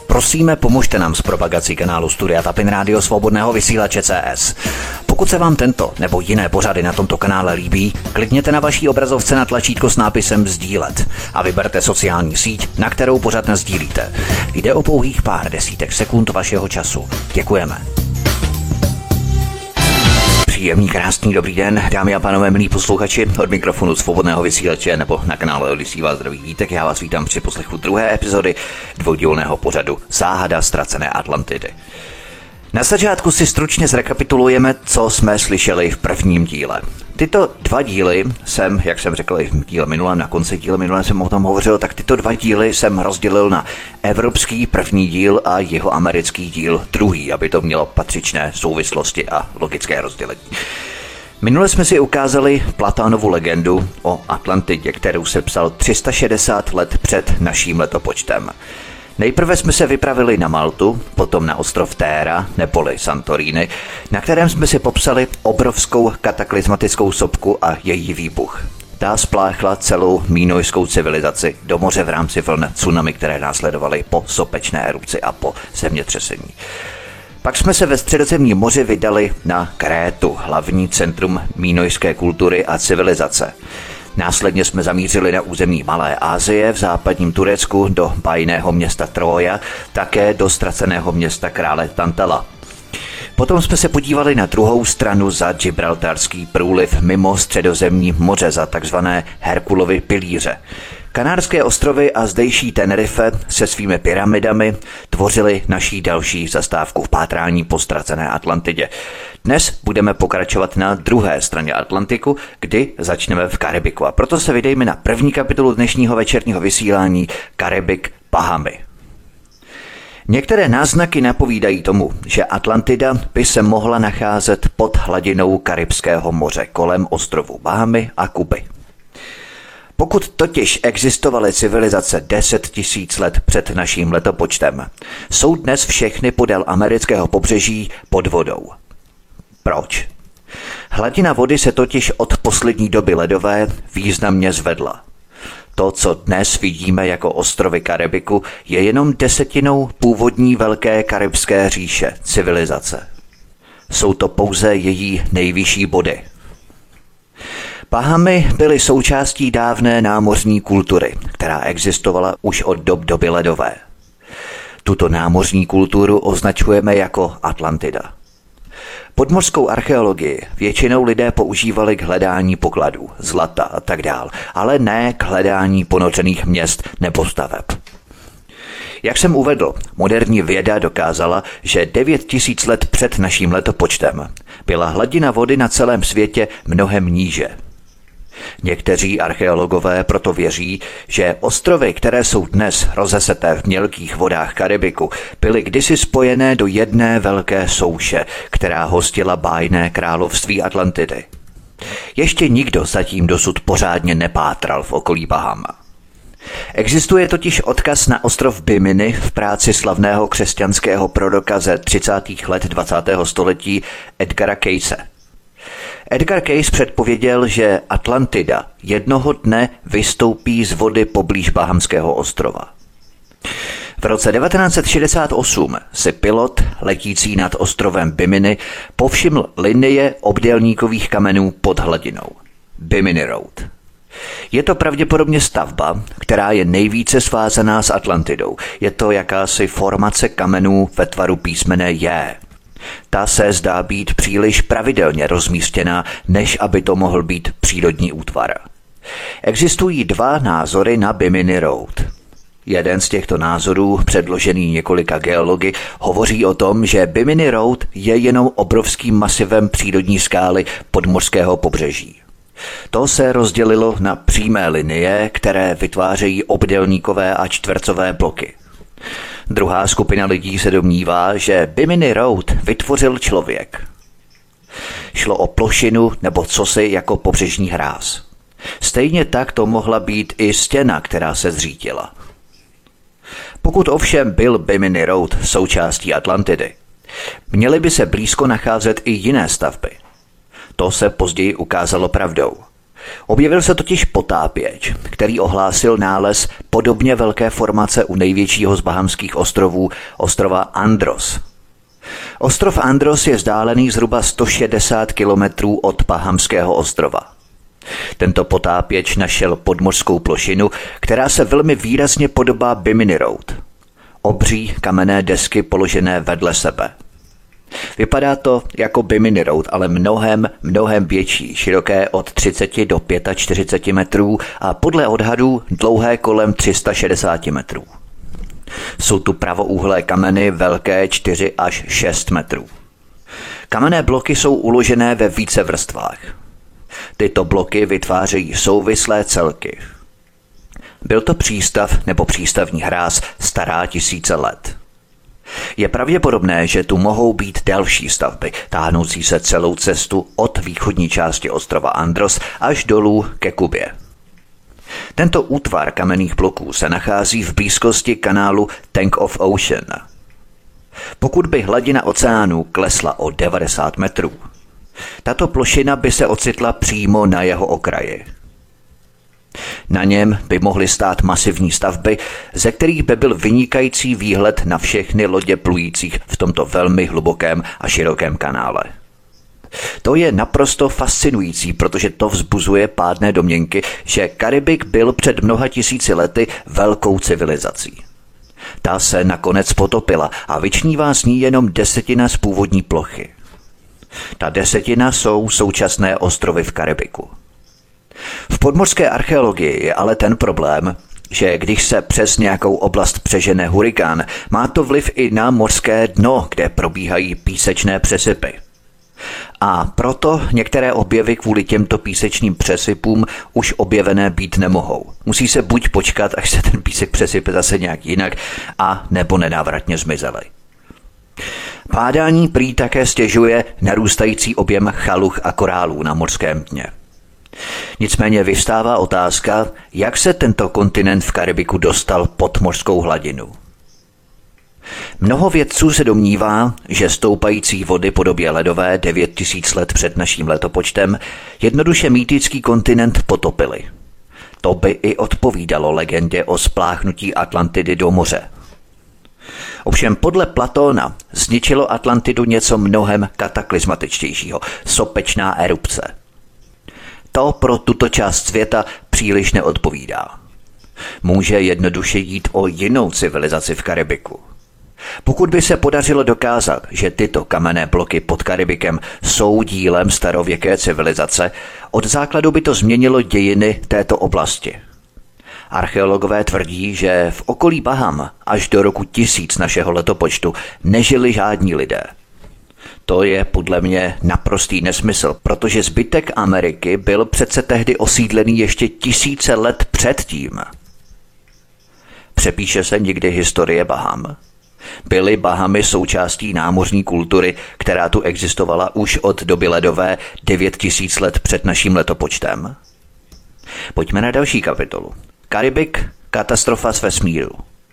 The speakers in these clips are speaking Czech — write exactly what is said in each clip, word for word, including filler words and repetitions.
Prosíme, pomožte nám s propagací kanálu Studia Tapin Rádio Svobodného vysílače C S. Pokud se vám tento nebo jiné pořady na tomto kanále líbí, klikněte na vaší obrazovce na tlačítko s nápisem sdílet a vyberte sociální síť, na kterou pořad nasdílíte. Jde o pouhých pár desítek sekund vašeho času. Děkujeme. Příjemný, krásný, dobrý den, dámy a pánové, milí posluchači, od mikrofonu Svobodného vysílače nebo na kanále Odysee vás zdraví Vítek. Já vás vítám při poslechu druhé epizody dvoudílného pořadu Záhada ztracené Atlantidy. Na začátku si stručně zrekapitulujeme, co jsme slyšeli v prvním díle. Tyto dva díly jsem, jak jsem řekl i v díle minulém, na konci díle minulém jsem o tom hovořil, tak tyto dva díly jsem rozdělil na evropský první díl a jihoamerický díl druhý, aby to mělo patřičné souvislosti a logické rozdělení. Minule jsme si ukázali Platónovu legendu o Atlantidě, kterou se psal tři sta šedesát let před naším letopočtem. Nejprve jsme se vypravili na Maltu, potom na ostrov Téra, neboli Santorini, na kterém jsme si popsali obrovskou kataklizmatickou sopku a její výbuch. Ta spláchla celou mínojskou civilizaci do moře v rámci vln tsunami, které následovaly po sopečné erupci a po zemětřesení. Pak jsme se ve Středozemním moři vydali na Krétu, hlavní centrum mínojské kultury a civilizace. Následně jsme zamířili na území Malé Asie v západním Turecku do bájného města Trója, také do ztraceného města krále Tantala. Potom jsme se podívali na druhou stranu za Gibraltarský průliv mimo Středozemní moře za takzvané Herkulovy pilíře. Kanárské ostrovy a zdejší Tenerife se svými pyramidami tvořily naší další zastávku v pátrání po ztracené Atlantidě. Dnes budeme pokračovat na druhé straně Atlantiku, kdy začneme v Karibiku. A proto se vydejme na první kapitolu dnešního večerního vysílání Karibik, Bahamy. Některé náznaky napovídají tomu, že Atlantida by se mohla nacházet pod hladinou Karibského moře kolem ostrovů Bahamy a Kuby. Pokud totiž existovaly civilizace deset tisíc let před naším letopočtem, jsou dnes všechny podél amerického pobřeží pod vodou. Proč? Hladina vody se totiž od poslední doby ledové významně zvedla. To, co dnes vidíme jako ostrovy Karibiku, je jenom desetinou původní velké karibské říše, civilizace. Jsou to pouze její nejvyšší body. Bahamy byly součástí dávné námořní kultury, která existovala už od dob doby ledové. Tuto námořní kulturu označujeme jako Atlantida. Podmořskou archeologii většinou lidé používali k hledání pokladů, zlata a tak dál, ale ne k hledání ponořených měst nebo staveb. Jak jsem uvedl, moderní věda dokázala, že devět tisíc let před naším letopočtem byla hladina vody na celém světě mnohem níže. Někteří archeologové proto věří, že ostrovy, které jsou dnes rozeseté v mělkých vodách Karibiku, byly kdysi spojené do jedné velké souše, která hostila bájné království Atlantidy. Ještě nikdo zatím dosud pořádně nepátral v okolí Baham. Existuje totiž odkaz na ostrov Bimini v práci slavného křesťanského proroka ze třicátých let dvacátého století Edgara Cayse. Edgar Cayse předpověděl, že Atlantida jednoho dne vystoupí z vody poblíž Bahamského ostrova. V roce devatenáct set šedesát osm si pilot letící nad ostrovem Bimini povšiml linie obdélníkových kamenů pod hladinou. Bimini Road. Je to pravděpodobně stavba, která je nejvíce svázaná s Atlantidou. Je to jakási formace kamenů ve tvaru písmene J. Ta se zdá být příliš pravidelně rozmístěná, než aby to mohl být přírodní útvar. Existují dva názory na Bimini Road. Jeden z těchto názorů, předložený několika geology, hovoří o tom, že Bimini Road je jenom obrovským masivem přírodní skály podmořského pobřeží. To se rozdělilo na přímé linie, které vytvářejí obdélníkové a čtvercové bloky. Druhá skupina lidí se domnívá, že Bimini Road vytvořil člověk. Šlo o plošinu nebo cosi jako pobřežní hráz. Stejně tak to mohla být i stěna, která se zřítila. Pokud ovšem byl Bimini Road součástí Atlantidy, měly by se blízko nacházet i jiné stavby. To se později ukázalo pravdou. Objevil se totiž potápěč, který ohlásil nález podobně velké formace u největšího z bahamských ostrovů, ostrova Andros. Ostrov Andros je vzdálený zhruba sto šedesát kilometrů od Bahamského ostrova. Tento potápěč našel podmořskou plošinu, která se velmi výrazně podobá Bimini Road. Obří kamenné desky položené vedle sebe. Vypadá to jako Bimini Road, ale mnohem, mnohem větší, široké od třicet do čtyřicet pět metrů a podle odhadů dlouhé kolem tři sta šedesát metrů. Jsou tu pravoúhlé kameny velké čtyři až šest metrů. Kamenné bloky jsou uložené ve více vrstvách. Tyto bloky vytvářejí souvislé celky. Byl to přístav nebo přístavní hráz stará tisíce let. Je pravděpodobné, že tu mohou být další stavby, táhnoucí se celou cestu od východní části ostrova Andros až dolů ke Kubě. Tento útvar kamenných bloků se nachází v blízkosti kanálu Tank of Ocean. Pokud by hladina oceánu klesla o devadesát metrů, tato plošina by se ocitla přímo na jeho okraji. Na něm by mohly stát masivní stavby, ze kterých by byl vynikající výhled na všechny lodě plujících v tomto velmi hlubokém a širokém kanále. To je naprosto fascinující, protože to vzbuzuje pádné domněnky, že Karibik byl před mnoha tisíci lety velkou civilizací. Ta se nakonec potopila a vyčnívá z ní jenom desetina z původní plochy. Ta desetina jsou současné ostrovy v Karibiku. V podmořské archeologii je ale ten problém, že když se přes nějakou oblast přežene hurikán, má to vliv i na mořské dno, kde probíhají písečné přesypy. A proto některé objevy kvůli těmto písečným přesypům už objevené být nemohou. Musí se buď počkat, až se ten písek přesype zase nějak jinak, a nebo nenávratně zmizely. Pádání prý také stěžuje narůstající objem chaluch a korálů na mořském dně. Nicméně vyvstává otázka, jak se tento kontinent v Karibiku dostal pod mořskou hladinu. Mnoho vědců se domnívá, že stoupající vody po době ledové devět tisíc let před naším letopočtem jednoduše mýtický kontinent potopily. To by i odpovídalo legendě o spláchnutí Atlantidy do moře. Ovšem podle Platóna zničilo Atlantidu něco mnohem kataklizmatičtějšího, sopečná erupce. To pro tuto část světa příliš neodpovídá. Může jednoduše jít o jinou civilizaci v Karibiku. Pokud by se podařilo dokázat, že tyto kamenné bloky pod Karibikem jsou dílem starověké civilizace, od základu by to změnilo dějiny této oblasti. Archeologové tvrdí, že v okolí Baham až do roku tisíc našeho letopočtu nežili žádní lidé. To je podle mě naprostý nesmysl, protože zbytek Ameriky byl přece tehdy osídlený ještě tisíce let předtím. Přepíše se někdy historie Baham? Byly Bahamy součástí námořní kultury, která tu existovala už od doby ledové devět tisíc let před naším letopočtem? Pojďme na další kapitolu. Karibik, katastrofa z vesmíru.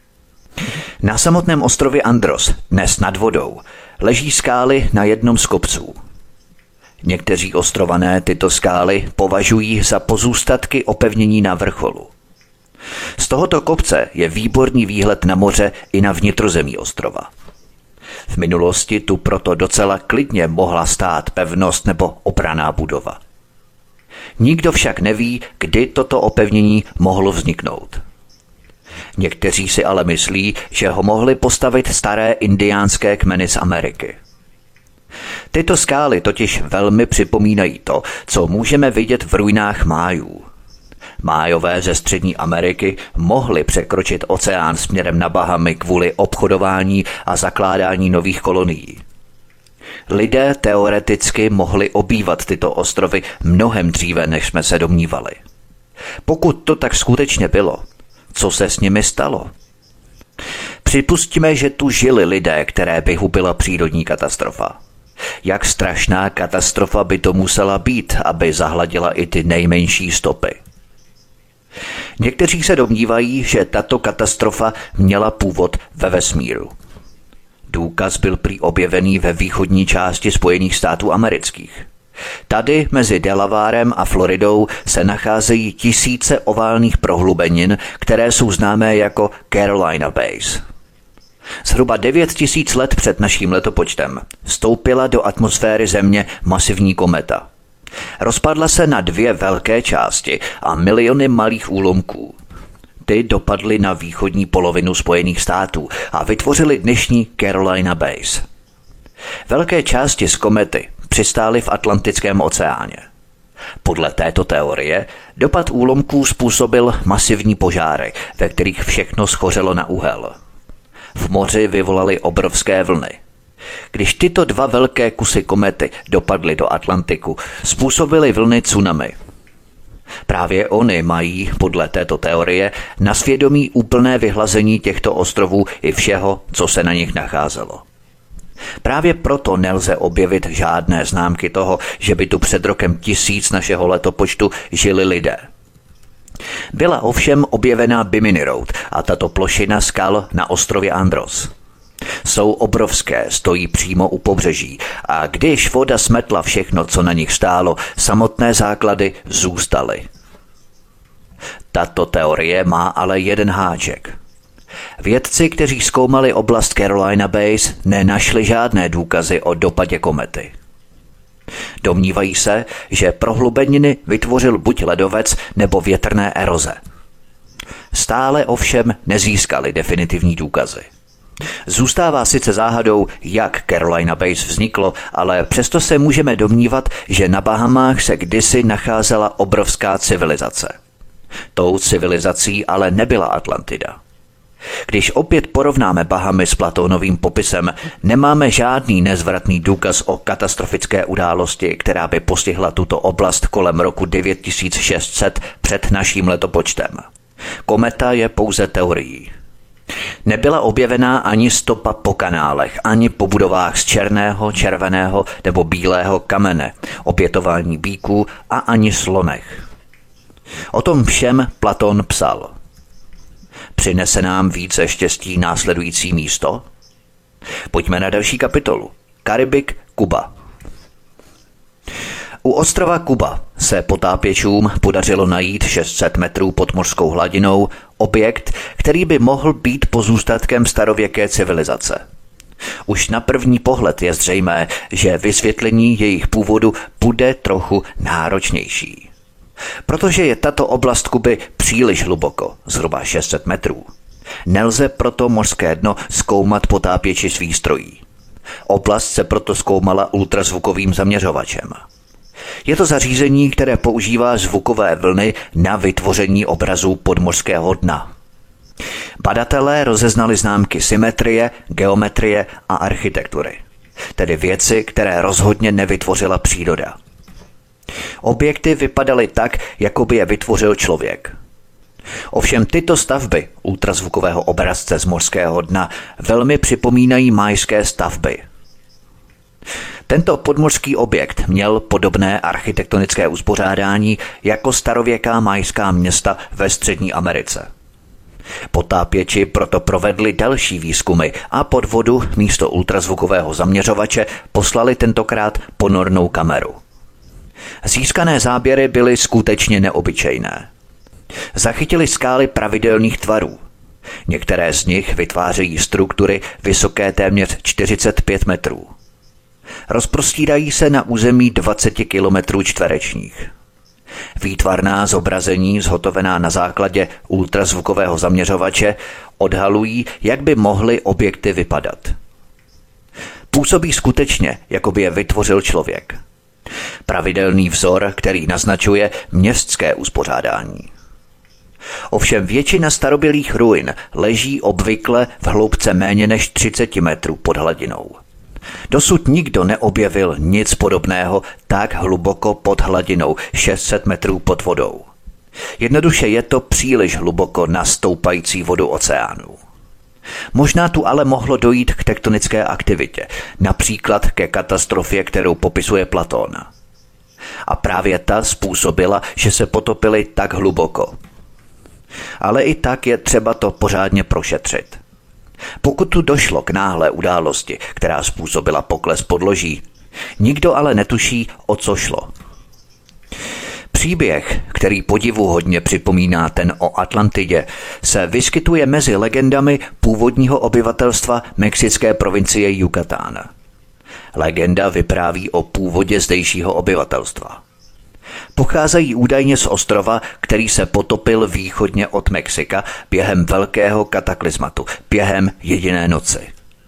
Na samotném ostrově Andros, dnes nad vodou, leží skály na jednom z kopců. Někteří ostrované tyto skály považují za pozůstatky opevnění na vrcholu. Z tohoto kopce je výborný výhled na moře i na vnitrozemí ostrova. V minulosti tu proto docela klidně mohla stát pevnost nebo obranná budova. Nikdo však neví, kdy toto opevnění mohlo vzniknout. Někteří si ale myslí, že ho mohli postavit staré indiánské kmeny z Ameriky. Tyto skály totiž velmi připomínají to, co můžeme vidět v ruinách Májů. Májové ze Střední Ameriky mohli překročit oceán směrem na Bahamy kvůli obchodování a zakládání nových kolonií. Lidé teoreticky mohli obývat tyto ostrovy mnohem dříve, než jsme se domnívali. Pokud to tak skutečně bylo, co se s nimi stalo? Připustíme, že tu žili lidé, které by hubila přírodní katastrofa. Jak strašná katastrofa by to musela být, aby zahladila i ty nejmenší stopy? Někteří se domnívají, že tato katastrofa měla původ ve vesmíru. Důkaz byl prý objevený ve východní části Spojených států amerických. Tady mezi Delawarem a Floridou se nacházejí tisíce oválných prohlubenin, které jsou známé jako Carolina Bays. Zhruba devět tisíc let před naším letopočtem vstoupila do atmosféry Země masivní kometa. Rozpadla se na dvě velké části a miliony malých úlomků. Ty dopadly na východní polovinu Spojených států a vytvořily dnešní Carolina Bays. Velké části z komety přistály v Atlantickém oceáně. Podle této teorie dopad úlomků způsobil masivní požáry, ve kterých všechno schořelo na uhel. V moři vyvolaly obrovské vlny. Když tyto dva velké kusy komety dopadly do Atlantiku, způsobily vlny tsunami. Právě oni mají, podle této teorie, na svědomí úplné vyhlazení těchto ostrovů i všeho, co se na nich nacházelo. Právě proto nelze objevit žádné známky toho, že by tu před rokem tisíc našeho letopočtu žili lidé. Byla ovšem objevená Bimini Road a tato plošina skal na ostrově Andros. Jsou obrovské, stojí přímo u pobřeží a když voda smetla všechno, co na nich stálo, samotné základy zůstaly. Tato teorie má ale jeden háček. Vědci, kteří zkoumali oblast Carolina Bays, nenašli žádné důkazy o dopadě komety. Domnívají se, že prohlubeniny vytvořil buď ledovec nebo větrné eroze. Stále ovšem nezískali definitivní důkazy. Zůstává sice záhadou, jak Carolina Bays vzniklo, ale přesto se můžeme domnívat, že na Bahamách se kdysi nacházela obrovská civilizace. Tou civilizací ale nebyla Atlantida. Když opět porovnáme Bahamy s Platónovým popisem, nemáme žádný nezvratný důkaz o katastrofické události, která by postihla tuto oblast kolem roku devět tisíc šest set před naším letopočtem. Kometa je pouze teorií. Nebyla objevená ani stopa po kanálech, ani po budovách z černého, červeného nebo bílého kamene, opětování býků a ani slonech. O tom všem Platón psal. Přinese nám více štěstí následující místo? Pojďme na další kapitolu. Karibik, Kuba. U ostrova Kuba se potápěčům podařilo najít šest set metrů pod mořskou hladinou objekt, který by mohl být pozůstatkem starověké civilizace. Už na první pohled je zřejmé, že vysvětlení jejich původu bude trochu náročnější. Protože je tato oblast Kuby příliš hluboko, zhruba šest set metrů. Nelze proto mořské dno zkoumat potápěči s výstrojí. Oblast se proto zkoumala ultrazvukovým zaměřovačem. Je to zařízení, které používá zvukové vlny na vytvoření obrazů podmořského dna. Badatelé rozeznali známky symetrie, geometrie a architektury, tedy věci, které rozhodně nevytvořila příroda. Objekty vypadaly tak, jako by je vytvořil člověk. Ovšem tyto stavby ultrazvukového obrazce z mořského dna velmi připomínají mayské stavby. Tento podmořský objekt měl podobné architektonické uspořádání jako starověká mayská města ve Střední Americe. Potápěči proto provedli další výzkumy a pod vodu místo ultrazvukového zaměřovače poslali tentokrát ponornou kameru. Získané záběry byly skutečně neobyčejné. Zachytili skály pravidelných tvarů. Některé z nich vytvářejí struktury vysoké téměř čtyřicet pět metrů. Rozprostírají se na území dvacet kilometrů čtverečních. Výtvarná zobrazení zhotovená na základě ultrazvukového zaměřovače odhalují, jak by mohly objekty vypadat. Působí skutečně, jako by je vytvořil člověk. Pravidelný vzor, který naznačuje městské uspořádání. Ovšem většina starobylých ruin leží obvykle v hloubce méně než třicet metrů pod hladinou. Dosud nikdo neobjevil nic podobného tak hluboko pod hladinou šest set metrů pod vodou. Jednoduše je to příliš hluboko na stoupající vodu oceánu. Možná tu ale mohlo dojít k tektonické aktivitě, například ke katastrofě, kterou popisuje Platón. A právě ta způsobila, že se potopily tak hluboko. Ale i tak je třeba to pořádně prošetřit. Pokud tu došlo k náhlé události, která způsobila pokles podloží, Nikdo ale netuší, o co šlo. Příběh, který podivuhodně připomíná ten o Atlantidě, se vyskytuje mezi legendami původního obyvatelstva mexické provincie Yucatán. Legenda vypráví o původě zdejšího obyvatelstva. Pocházejí údajně z ostrova, který se potopil východně od Mexika během velkého kataklizmatu, během jediné noci.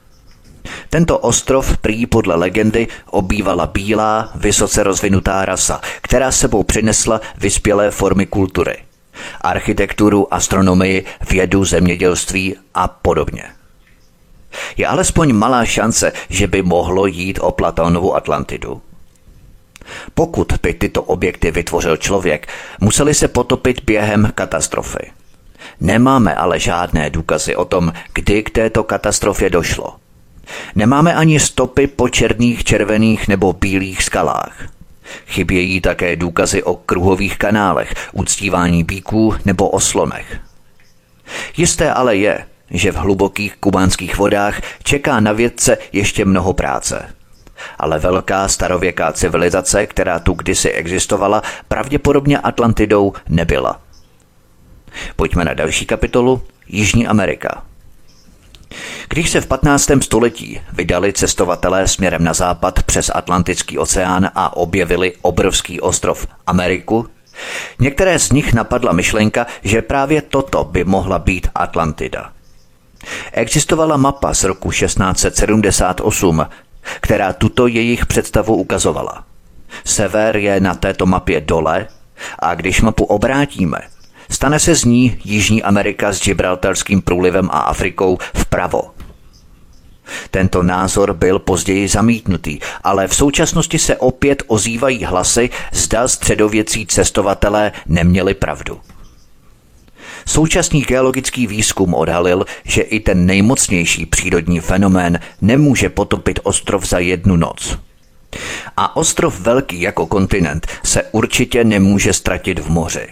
Tento ostrov prý podle legendy obývala bílá, vysoce rozvinutá rasa, která sebou přinesla vyspělé formy kultury, architekturu, astronomii, vědu, zemědělství a podobně. Je alespoň malá šance, že by mohlo jít o Platónovu Atlantidu. Pokud by tyto objekty vytvořil člověk, museli se potopit během katastrofy. Nemáme ale žádné důkazy o tom, kdy k této katastrofě došlo. Nemáme ani stopy po černých, červených nebo bílých skalách. Chybějí také důkazy o kruhových kanálech, uctívání býků nebo o slonech. Jisté ale je, že v hlubokých kubánských vodách čeká na vědce ještě mnoho práce. Ale velká starověká civilizace, která tu kdysi existovala, pravděpodobně Atlantidou nebyla. Pojďme na další kapitolu, Jižní Amerika. Když se v patnáctém století vydali cestovatelé směrem na západ přes Atlantický oceán a objevili obrovský ostrov Ameriku, některé z nich napadla myšlenka, že právě toto by mohla být Atlantida. Existovala mapa z roku šestnáct set sedmdesát osm, která tuto jejich představu ukazovala. Sever je na této mapě dole a když mapu obrátíme, stane se z ní Jižní Amerika s Gibraltarským průlivem a Afrikou vpravo. Tento názor byl později zamítnutý, ale v současnosti se opět ozývají hlasy, zda středověcí cestovatelé neměli pravdu. Současný geologický výzkum odhalil, že i ten nejmocnější přírodní fenomén nemůže potopit ostrov za jednu noc. A ostrov velký jako kontinent se určitě nemůže ztratit v moři.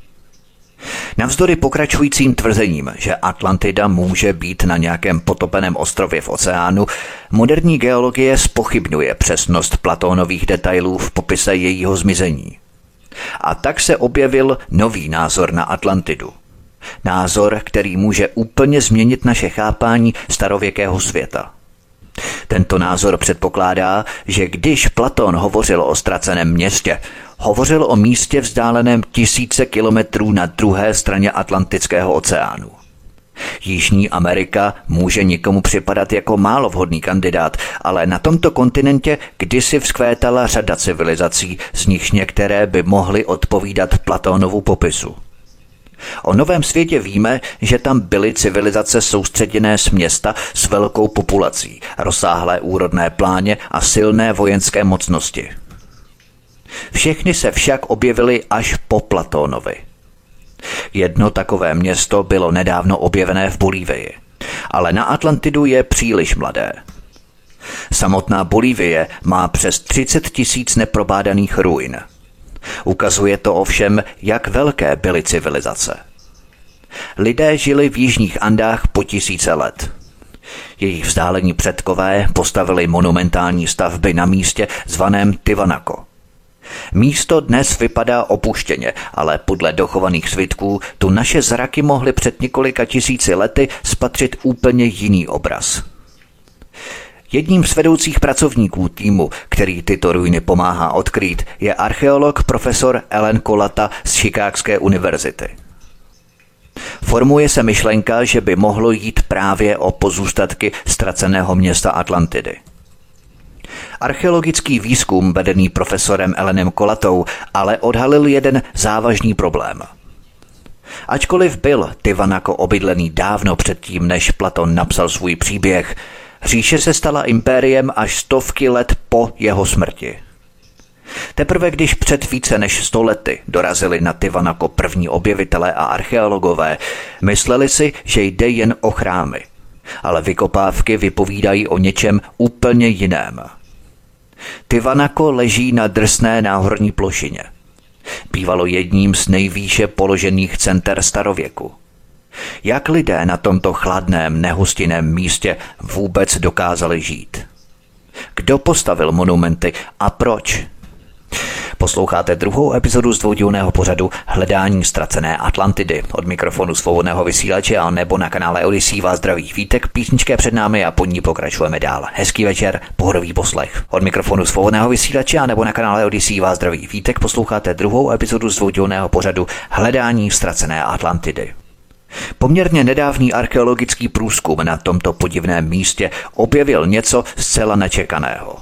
Navzdory pokračujícím tvrzením, že Atlantida může být na nějakém potopeném ostrově v oceánu, moderní geologie zpochybňuje přesnost Platónových detailů v popise jejího zmizení. A tak se objevil nový názor na Atlantidu. Názor, který může úplně změnit naše chápání starověkého světa. Tento názor předpokládá, že když Platón hovořil o ztraceném městě, hovořil o místě vzdáleném tisíce kilometrů na druhé straně Atlantického oceánu. Jižní Amerika může nikomu připadat jako málo vhodný kandidát, ale na tomto kontinentě kdysi vzkvétala řada civilizací, z nichž některé by mohly odpovídat Platónovu popisu. O Novém světě víme, že tam byly civilizace soustředěné z města s velkou populací, rozsáhlé úrodné pláně a silné vojenské mocnosti. Všechny se však objevily až po Platónovi. Jedno takové město bylo nedávno objevené v Bolívii, ale na Atlantidu je příliš mladé. Samotná Bolívie má přes třicet tisíc neprobádaných ruin. Ukazuje to ovšem, jak velké byly civilizace. Lidé žili v jižních Andách po tisíce let. Jejich vzdálení předkové postavili monumentální stavby na místě zvaném Tiwanaku. Místo dnes vypadá opuštěně, ale podle dochovaných svitků tu naše zraky mohly před několika tisíci lety spatřit úplně jiný obraz. Jedním z vedoucích pracovníků týmu, který tyto ruiny pomáhá odkrýt, je archeolog profesor Ellen Colata z Chicagské univerzity. Formuje se myšlenka, že by mohlo jít právě o pozůstatky ztraceného města Atlantidy. Archeologický výzkum vedený profesorem Ellenem Colatou ale odhalil jeden závažný problém. Ačkoliv byl Tiwanaku obydlený dávno předtím, než Platón napsal svůj příběh, říše se stala impériem až stovky let po jeho smrti. Teprve když před více než sto lety dorazili na Tiwanaku první objevitelé a archeologové, mysleli si, že jde jen o chrámy, ale vykopávky vypovídají o něčem úplně jiném. Tiwanaku leží na drsné náhorní plošině. Bývalo jedním z nejvýše položených center starověku. Jak lidé na tomto chladném, nehostinném místě vůbec dokázali žít? kdo postavil monumenty a proč. Posloucháte druhou epizodu z dvoudílného pořadu Hledání ztracené Atlantidy. Od mikrofonu Svobodného vysílače a nebo na kanále Odyssey vás zdraví Vítek, písničké před námi a po ní pokračujeme dál. Hezký večer, pohodový poslech. Od mikrofonu Svobodného vysílače a nebo na kanále Odyssey vás zdraví Vítek, posloucháte druhou epizodu z dvoudílného pořadu Hledání ztracené Atlantidy. Poměrně nedávný archeologický průzkum na tomto podivném místě objevil něco zcela nečekaného.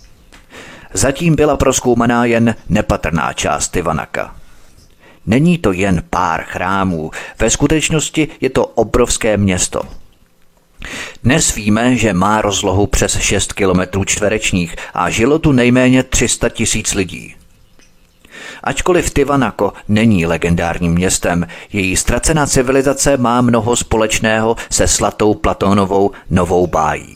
Zatím byla prozkoumaná jen nepatrná část Tivanaka. Není to jen pár chrámů, ve skutečnosti je to obrovské město. Dnes víme, že má rozlohu přes šest kilometrů čtverečních a žilo tu nejméně tři sta tisíc lidí. Ačkoliv Tivanako není legendárním městem, její ztracená civilizace má mnoho společného se slatou Platónovou Novou bájí.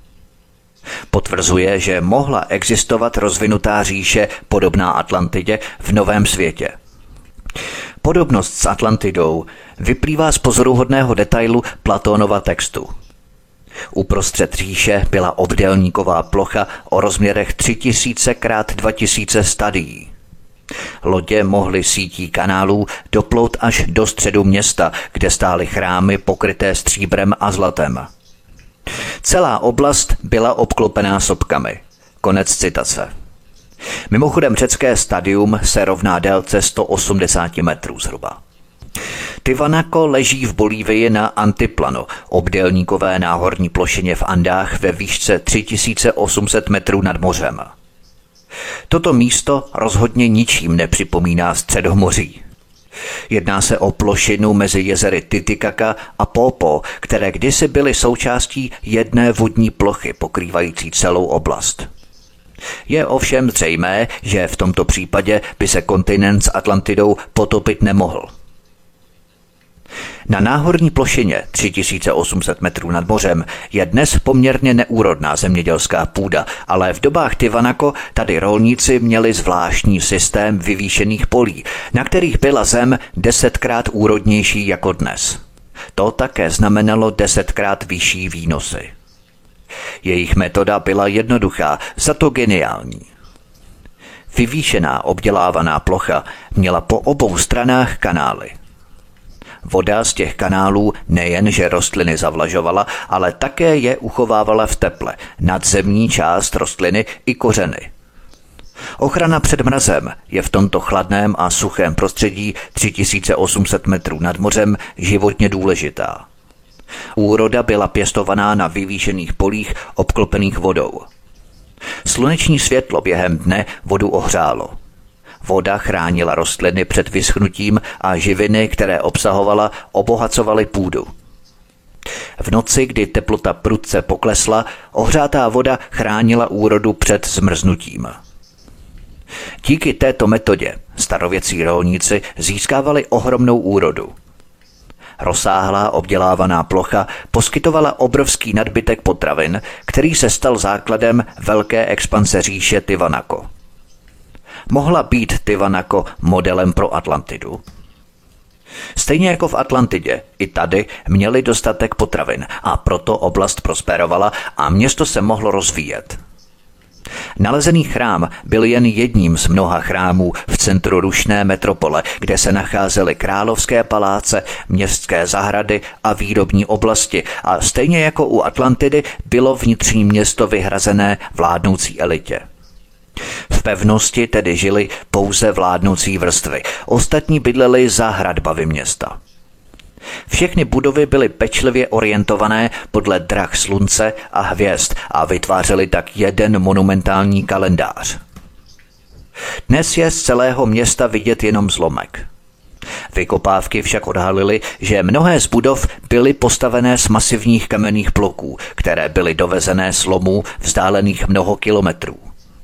Potvrzuje, že mohla existovat rozvinutá říše podobná Atlantidě v Novém světě. Podobnost s Atlantidou vyplývá z pozoruhodného detailu Platónova textu. Uprostřed říše byla obdélníková plocha o rozměrech tři tisíce krát dva tisíce stadií. Lodě mohly sítí kanálů doplout až do středu města, kde stály chrámy pokryté stříbrem a zlatem. Celá oblast byla obklopená sopkami. Konec citace. Mimochodem řecké stadium se rovná délce sto osmdesát metrů zhruba. Tivanako leží v Bolívii na Antiplano, obdélníkové náhorní plošině v Andách ve výšce tři tisíce osm set metrů nad mořem. Toto místo rozhodně ničím nepřipomíná Středomoří. Jedná se o plošinu mezi jezery Titicaca a Popo, které kdysi byly součástí jedné vodní plochy pokrývající celou oblast. Je ovšem zřejmé, že v tomto případě by se kontinent s Atlantidou potopit nemohl. Na náhorní plošině tři tisíce osm set metrů nad mořem je dnes poměrně neúrodná zemědělská půda, ale v dobách Tivanako tady rolníci měli zvláštní systém vyvýšených polí, na kterých byla zem desetkrát úrodnější jako dnes. To také znamenalo desetkrát vyšší výnosy. Jejich metoda byla jednoduchá, za to geniální. Vyvýšená obdělávaná plocha měla po obou stranách kanály. Voda z těch kanálů nejenže rostliny zavlažovala, ale také je uchovávala v teple, nadzemní část rostliny i kořeny. Ochrana před mrazem je v tomto chladném a suchém prostředí tři tisíce osm set metrů nad mořem životně důležitá. Úroda byla pěstovaná na vyvýšených polích obklopených vodou. Sluneční světlo během dne vodu ohřálo. Voda chránila rostliny před vyschnutím a živiny, které obsahovala, obohacovaly půdu. V noci, kdy teplota prudce poklesla, ohřátá voda chránila úrodu před zmrznutím. Díky této metodě starověcí rolníci získávali ohromnou úrodu. Rozsáhlá obdělávaná plocha poskytovala obrovský nadbytek potravin, který se stal základem velké expanse říše Tivanako. Mohla být Tivanako modelem pro Atlantidu? Stejně jako v Atlantidě, i tady měli dostatek potravin a proto oblast prosperovala a město se mohlo rozvíjet. Nalezený chrám byl jen jedním z mnoha chrámů v centru rušné metropole, kde se nacházely královské paláce, městské zahrady a výrobní oblasti a stejně jako u Atlantidy bylo vnitřní město vyhrazené vládnoucí elitě. V pevnosti tedy žili pouze vládnoucí vrstvy, ostatní bydleli za hradbami města. Všechny budovy byly pečlivě orientované podle drah slunce a hvězd a vytvářely tak jeden monumentální kalendář. Dnes je z celého města vidět jenom zlomek. Vykopávky však odhalily, že mnohé z budov byly postavené z masivních kamenných bloků, které byly dovezené z lomů vzdálených mnoho kilometrů.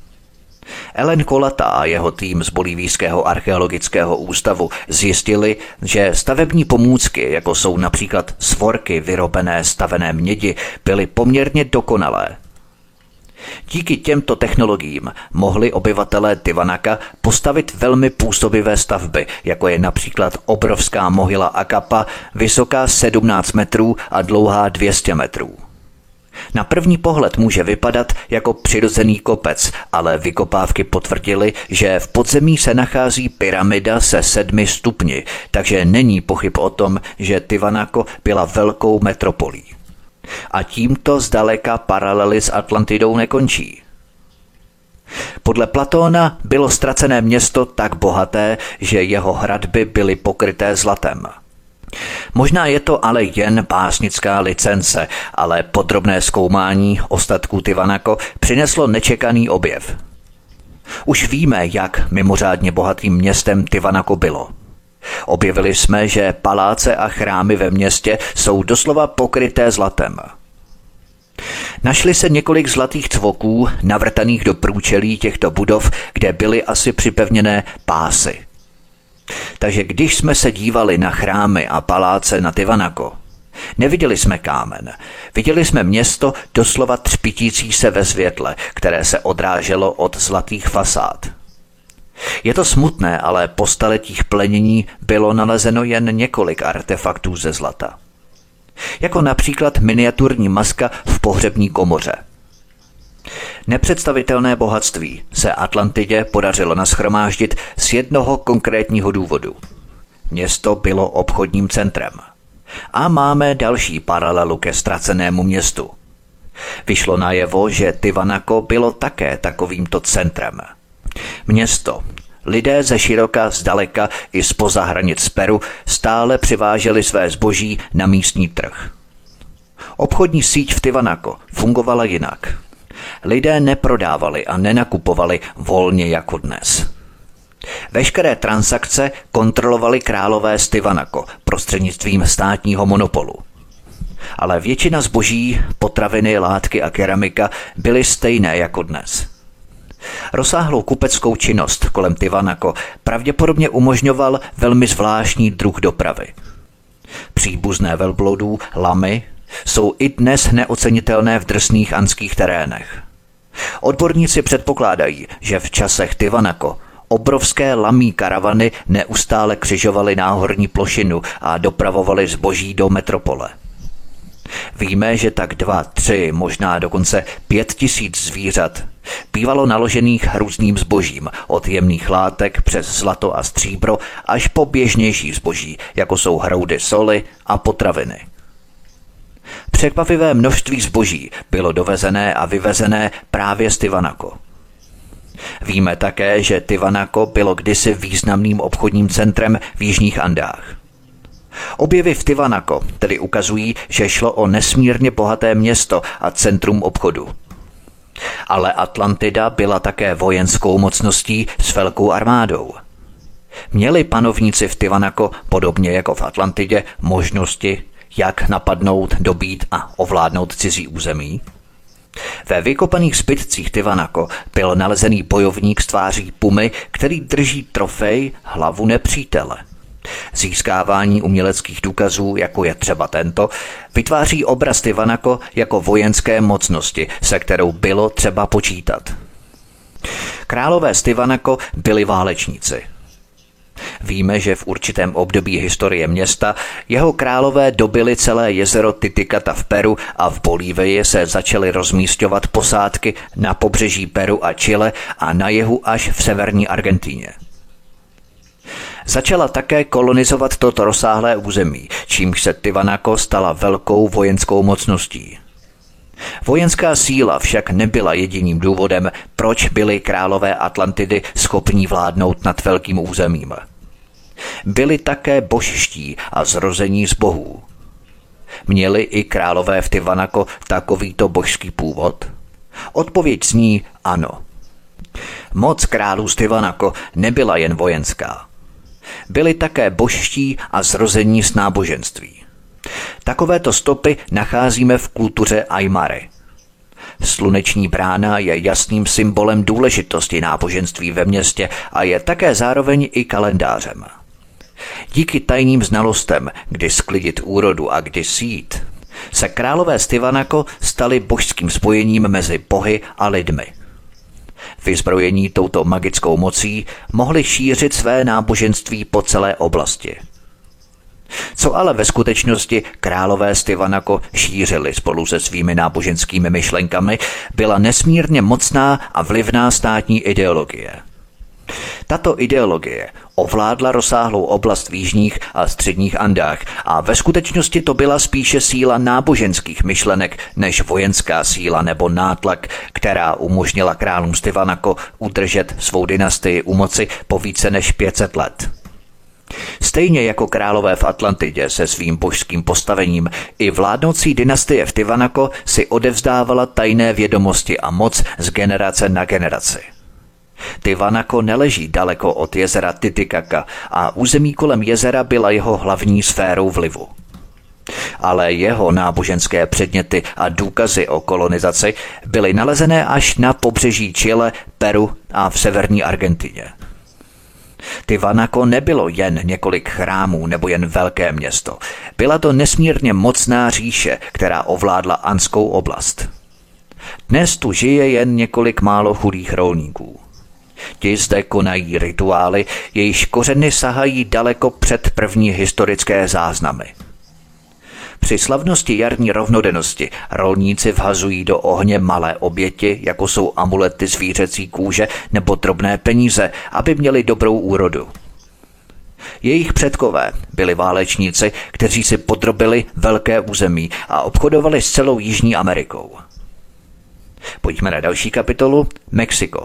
Ellen Colata a jeho tým z Bolívijského archeologického ústavu zjistili, že stavební pomůcky, jako jsou například svorky vyrobené z tavené mědi, byly poměrně dokonalé. Díky těmto technologiím mohli obyvatelé Tivanaka postavit velmi působivé stavby, jako je například obrovská mohyla Akapa, vysoká sedmnáct metrů a dlouhá dvě stě metrů. Na první pohled může vypadat jako přirozený kopec, ale vykopávky potvrdily, že v podzemí se nachází pyramida se sedmi stupni, takže není pochyb o tom, že Tiwanaku byla velkou metropolí. A tímto zdaleka paralely s Atlantidou nekončí. Podle Platóna bylo ztracené město tak bohaté, že jeho hradby byly pokryté zlatem. Možná je to ale jen básnická licence, ale podrobné zkoumání ostatků Tiwanaku přineslo nečekaný objev. Už víme, jak mimořádně bohatým městem Tiwanaku bylo. Objevili jsme, že paláce a chrámy ve městě jsou doslova pokryté zlatem. Našli se několik zlatých cvoků navrtaných do průčelí těchto budov, kde byly asi připevněné pásy. Takže když jsme se dívali na chrámy a paláce na Tiwanaku, neviděli jsme kámen, viděli jsme město doslova třpitící se ve světle, které se odráželo od zlatých fasád. Je to smutné, ale po staletích plenění bylo nalezeno jen několik artefaktů ze zlata. Jako například miniaturní maska v pohřební komoře. Nepředstavitelné bohatství se Atlantidě podařilo nashromáždit z jednoho konkrétního důvodu. Město bylo obchodním centrem. A máme další paralelu ke ztracenému městu. Vyšlo najevo, že Tiwanaku bylo také takovýmto centrem. Město. Lidé ze široka, zdaleka i zpoza hranic Peru stále přiváželi své zboží na místní trh. Obchodní síť v Tiwanaku fungovala jinak. Lidé neprodávali a nenakupovali volně jako dnes. Veškeré transakce kontrolovali králové z Tiwanaku prostřednictvím státního monopolu. Ale většina zboží, potraviny, látky a keramika byly stejné jako dnes. Rozsáhlou kupeckou činnost kolem Tiwanaku pravděpodobně umožňoval velmi zvláštní druh dopravy. Příbuzné velbloudů, lamy, jsou i dnes neocenitelné v drsných andských terénech. Odborníci předpokládají, že v časech Tiwanaku obrovské lamí karavany neustále křižovaly náhorní plošinu a dopravovaly zboží do metropole. Víme, že tak dva, tři, možná dokonce pět tisíc zvířat bývalo naložených různým zbožím, od jemných látek přes zlato a stříbro až po běžnější zboží, jako jsou hroudy soli a potraviny. Překvapivé množství zboží bylo dovezené a vyvezené právě z Tiwanaku. Víme také, že Tiwanaku bylo kdysi významným obchodním centrem v jižních Andách. Objevy v Tiwanaku tedy ukazují, že šlo o nesmírně bohaté město a centrum obchodu. Ale Atlantida byla také vojenskou mocností s velkou armádou. Měli panovníci v Tiwanaku, podobně jako v Atlantidě, možnosti, jak napadnout, dobít a ovládnout cizí území? Ve vykopaných zbytcích Tiwanaku byl nalezený bojovník s tváří pumy, který drží trofej hlavu nepřítele. Získávání uměleckých důkazů, jako je třeba tento, vytváří obraz Tiwanaku jako vojenské mocnosti, se kterou bylo třeba počítat. Králové z Tiwanaku byli válečníci. Víme, že v určitém období historie města jeho králové dobyli celé jezero Titicata v Peru a v Bolívii se začaly rozmísťovat posádky na pobřeží Peru a Chile a na jihu až v severní Argentíně. Začala také kolonizovat toto rozsáhlé území, čímž se Tiwanaku stala velkou vojenskou mocností. Vojenská síla však nebyla jediným důvodem, proč byli králové Atlantidy schopní vládnout nad velkým územím. Byli také božští a zrození z bohů. Měli i králové v Tiwanaku takovýto božský původ? Odpověď zní ano. Moc králů z Tiwanaku nebyla jen vojenská. Byli také božští a zrození z náboženství. Takovéto stopy nacházíme v kultuře Aymary. Sluneční brána je jasným symbolem důležitosti náboženství ve městě a je také zároveň i kalendářem. Díky tajným znalostem, kdy sklidit úrodu a kdy sít, se králové z Tiwanaku stali božským spojením mezi bohy a lidmi. Vyzbrojení touto magickou mocí mohli šířit své náboženství po celé oblasti. Co ale ve skutečnosti králové z Tiwanaku šířili spolu se svými náboženskými myšlenkami, byla nesmírně mocná a vlivná státní ideologie. Tato ideologie ovládla rozsáhlou oblast v jižních a středních Andách a ve skutečnosti to byla spíše síla náboženských myšlenek než vojenská síla nebo nátlak, která umožnila králům z Tiwanaku udržet svou dynastii u moci po více než pět set let. Stejně jako králové v Atlantidě se svým božským postavením, i vládnoucí dynastie v Tiwanaku si odevzdávala tajné vědomosti a moc z generace na generaci. Tiwanaku neleží daleko od jezera Titicaca a území kolem jezera byla jeho hlavní sférou vlivu. Ale jeho náboženské předměty a důkazy o kolonizaci byly nalezené až na pobřeží Chile, Peru a v severní Argentině. Tiwanaku nebylo jen několik chrámů nebo jen velké město. Byla to nesmírně mocná říše, která ovládla andskou oblast. Dnes tu žije jen několik málo chudých rolníků. Ti zde konají rituály, jejichž kořeny sahají daleko před první historické záznamy. Při slavnosti jarní rovnodennosti rolníci vhazují do ohně malé oběti, jako jsou amulety zvířecí kůže nebo drobné peníze, aby měli dobrou úrodu. Jejich předkové byli válečníci, kteří si podrobili velké území a obchodovali s celou Jižní Amerikou. Pojďme na další kapitolu. Mexiko.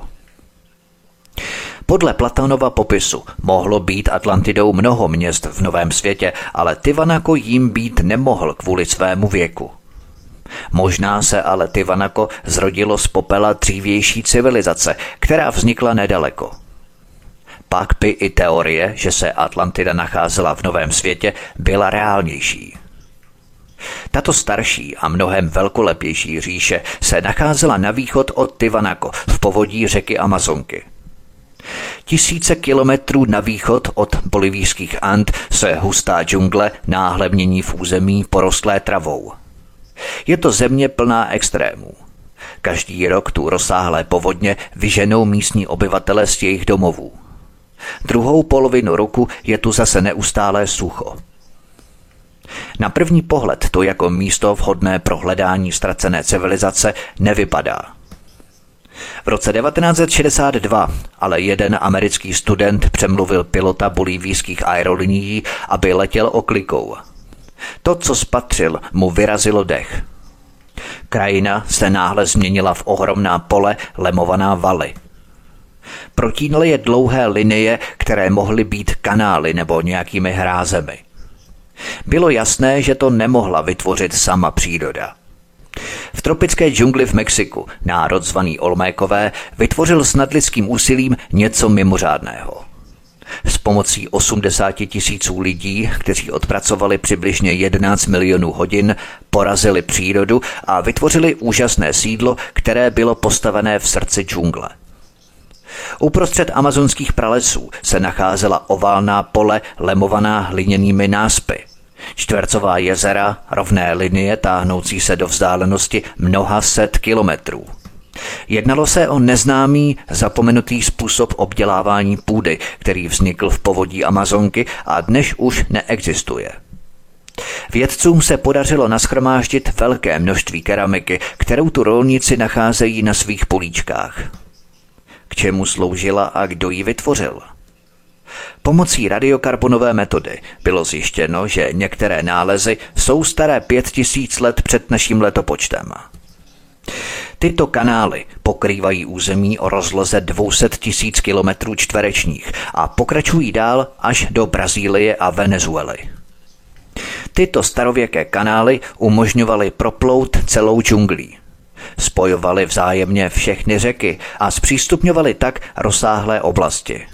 Podle Platonova popisu mohlo být Atlantidou mnoho měst v Novém světě, ale Tiwanaku jím být nemohl kvůli svému věku. Možná se ale Tiwanaku zrodilo z popela dřívější civilizace, která vznikla nedaleko. Pak by i teorie, že se Atlantida nacházela v Novém světě, byla reálnější. Tato starší a mnohem velkolepější říše se nacházela na východ od Tiwanaku v povodí řeky Amazonky. Tisíce kilometrů na východ od bolivijských And se hustá džungle náhle mění v území porostlé travou. Je to země plná extrémů. Každý rok tu rozsáhlé povodně vyženou místní obyvatele z jejich domovů. Druhou polovinu roku je tu zase neustálé sucho. Na první pohled to jako místo vhodné pro hledání ztracené civilizace nevypadá. V roce devatenáct set šedesát dva ale jeden americký student přemluvil pilota bolivijských aerolinií, aby letěl oklikou. To, co spatřil, mu vyrazilo dech. Krajina se náhle změnila v ohromná pole lemovaná valy. Protínaly je dlouhé linie, které mohly být kanály nebo nějakými hrázemi. Bylo jasné, že to nemohla vytvořit sama příroda. V tropické džungli v Mexiku národ zvaný Olmékové vytvořil s nadlidským úsilím něco mimořádného. S pomocí osmdesáti tisíců lidí, kteří odpracovali přibližně jedenáct milionů hodin, porazili přírodu a vytvořili úžasné sídlo, které bylo postavené v srdci džungle. Uprostřed amazonských pralesů se nacházela oválná pole lemovaná hliněnými náspy. Čtvercová jezera, rovné linie táhnoucí se do vzdálenosti mnoha set kilometrů. Jednalo se o neznámý, zapomenutý způsob obdělávání půdy, který vznikl v povodí Amazonky a dnes už neexistuje. Vědcům se podařilo nashromáždit velké množství keramiky, kterou tu rolníci nacházejí na svých políčkách. K čemu sloužila a kdo ji vytvořil? Pomocí radiokarbonové metody bylo zjištěno, že některé nálezy jsou staré pět tisíc let před naším letopočtem. Tyto kanály pokrývají území o rozloze dvě stě tisíc kilometrů čtverečních a pokračují dál až do Brazílie a Venezuely. Tyto starověké kanály umožňovaly proplout celou džunglí. Spojovaly vzájemně všechny řeky a zpřístupňovaly tak rozsáhlé oblasti.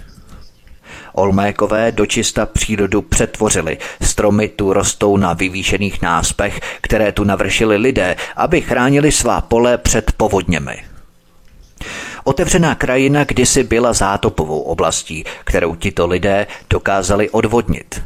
Olmékové dočista přírodu přetvořili, stromy tu rostou na vyvýšených náspech, které tu navršili lidé, aby chránili svá pole před povodněmi. Otevřená krajina kdysi byla zátopovou oblastí, kterou tito lidé dokázali odvodnit.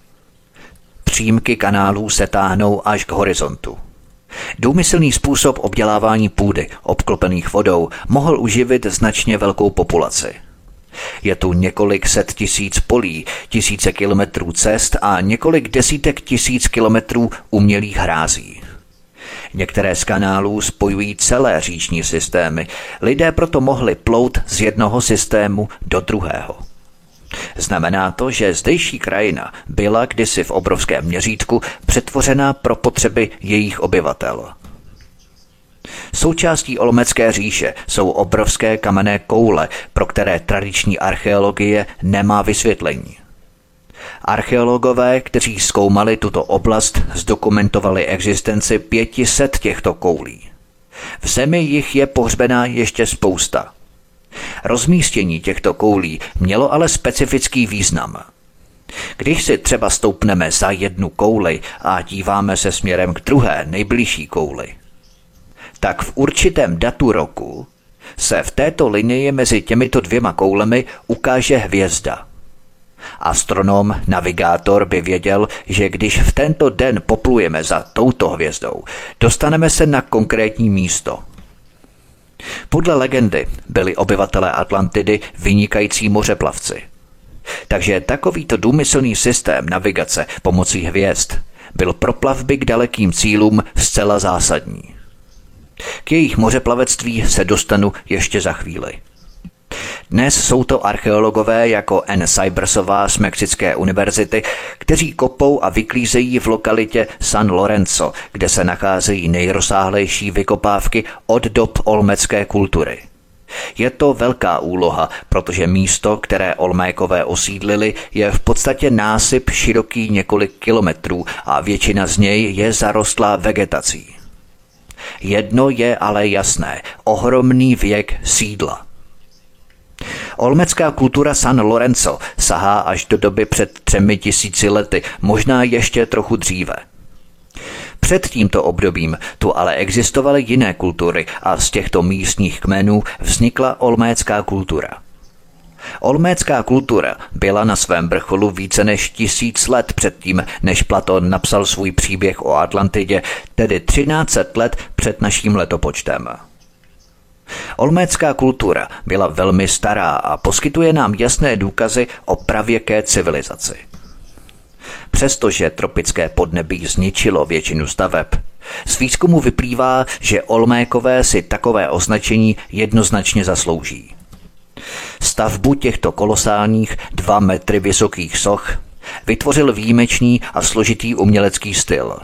Přímky kanálů se táhnou až k horizontu. Důmyslný způsob obdělávání půdy, obklopených vodou, mohl uživit značně velkou populaci. Je tu několik set tisíc polí, tisíce kilometrů cest a několik desítek tisíc kilometrů umělých hrází. Některé z kanálů spojují celé říční systémy, lidé proto mohli plout z jednoho systému do druhého. Znamená to, že zdejší krajina byla kdysi v obrovském měřítku přetvořena pro potřeby jejich obyvatel. Součástí Olmecké říše jsou obrovské kamenné koule, pro které tradiční archeologie nemá vysvětlení. Archeologové, kteří zkoumali tuto oblast, zdokumentovali existenci pěti set těchto koulí. V zemi jich je pohřbená ještě spousta. Rozmístění těchto koulí mělo ale specifický význam. Když si třeba stoupneme za jednu kouli a díváme se směrem k druhé nejbližší kouli, tak v určitém datu roku se v této linii mezi těmito dvěma koulemi ukáže hvězda. Astronom, navigátor by věděl, že když v tento den poplujeme za touto hvězdou, dostaneme se na konkrétní místo. Podle legendy byli obyvatelé Atlantidy vynikající mořeplavci. Takže takovýto důmyslný systém navigace pomocí hvězd byl pro plavby k dalekým cílům zcela zásadní. K jejich mořeplavectví se dostanu ještě za chvíli. Dnes jsou to archeologové jako Ann Cybersová z Mexické univerzity, kteří kopou a vyklízejí v lokalitě San Lorenzo, kde se nacházejí nejrozsáhlejší vykopávky od dob olmecké kultury. Je to velká úloha, protože místo, které Olmékové osídlili, je v podstatě násyp široký několik kilometrů a většina z něj je zarostlá vegetací. Jedno je ale jasné, ohromný věk sídla. Olmecká kultura San Lorenzo sahá až do doby před třemi tisíci lety, možná ještě trochu dříve. Před tímto obdobím tu ale existovaly jiné kultury a z těchto místních kmenů vznikla olmécká kultura. Olmécká kultura byla na svém vrcholu více než tisíc let předtím, než Platón napsal svůj příběh o Atlantidě, tedy třináct set let před naším letopočtem. Olmécká kultura byla velmi stará a poskytuje nám jasné důkazy o pravěké civilizaci. Přestože tropické podnebí zničilo většinu staveb, z výzkumu vyplývá, že Olmékové si takové označení jednoznačně zaslouží. Stavbu těchto kolosálních dva metry vysokých soch vytvořil výjimečný a složitý umělecký styl.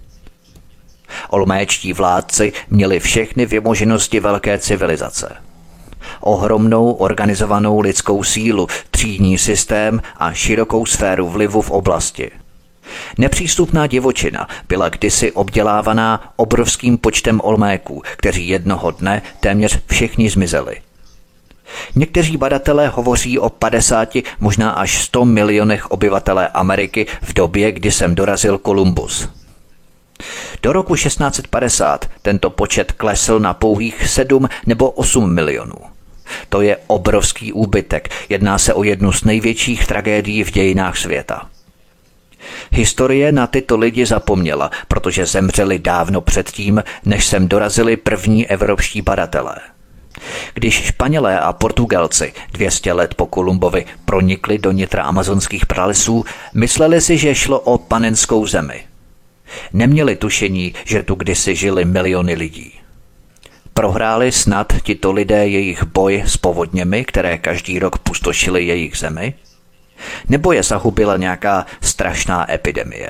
Olméčtí vládci měli všechny vymoženosti velké civilizace. Ohromnou organizovanou lidskou sílu, třídní systém a širokou sféru vlivu v oblasti. Nepřístupná divočina byla kdysi obdělávaná obrovským počtem Olméků, kteří jednoho dne téměř všichni zmizeli. Někteří badatelé hovoří o padesáti, možná až sto milionech obyvatelé Ameriky v době, kdy sem dorazil Kolumbus. Do roku šestnáct set padesát tento počet klesl na pouhých sedm nebo osm milionů. To je obrovský úbytek, jedná se o jednu z největších tragédií v dějinách světa. Historie na tyto lidi zapomněla, protože zemřeli dávno předtím, než sem dorazili první evropští badatelé. Když Španělé a Portugalci dvě stě let po Kolumbovi pronikli do nitra amazonských pralesů, mysleli si, že šlo o panenskou zemi. Neměli tušení, že tu kdysi žili miliony lidí. Prohráli snad tito lidé jejich boj s povodněmi, které každý rok pustošily jejich zemi? Nebo je zahubila nějaká strašná epidemie?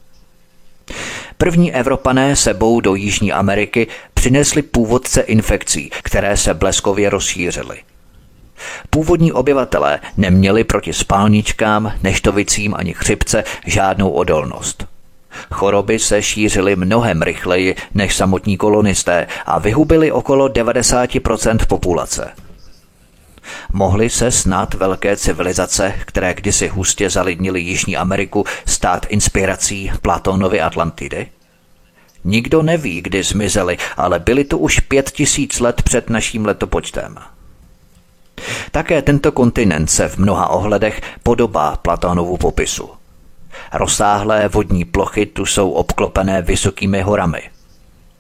První Evropané sebou do Jižní Ameriky přinesli původce infekcí, které se bleskově rozšířily. Původní obyvatelé neměli proti spalničkám, neštovicím ani chřipce žádnou odolnost. Choroby se šířily mnohem rychleji než samotní kolonisté a vyhubily okolo devadesát procent populace. Mohly se snad velké civilizace, které kdysi hustě zalidnily Jižní Ameriku, stát inspirací Platónovy Atlantidy? Nikdo neví, kdy zmizely, ale byly tu už pět tisíc let před naším letopočtem. Také tento kontinent se v mnoha ohledech podobá Platónovu popisu. Rozsáhlé vodní plochy tu jsou obklopené vysokými horami.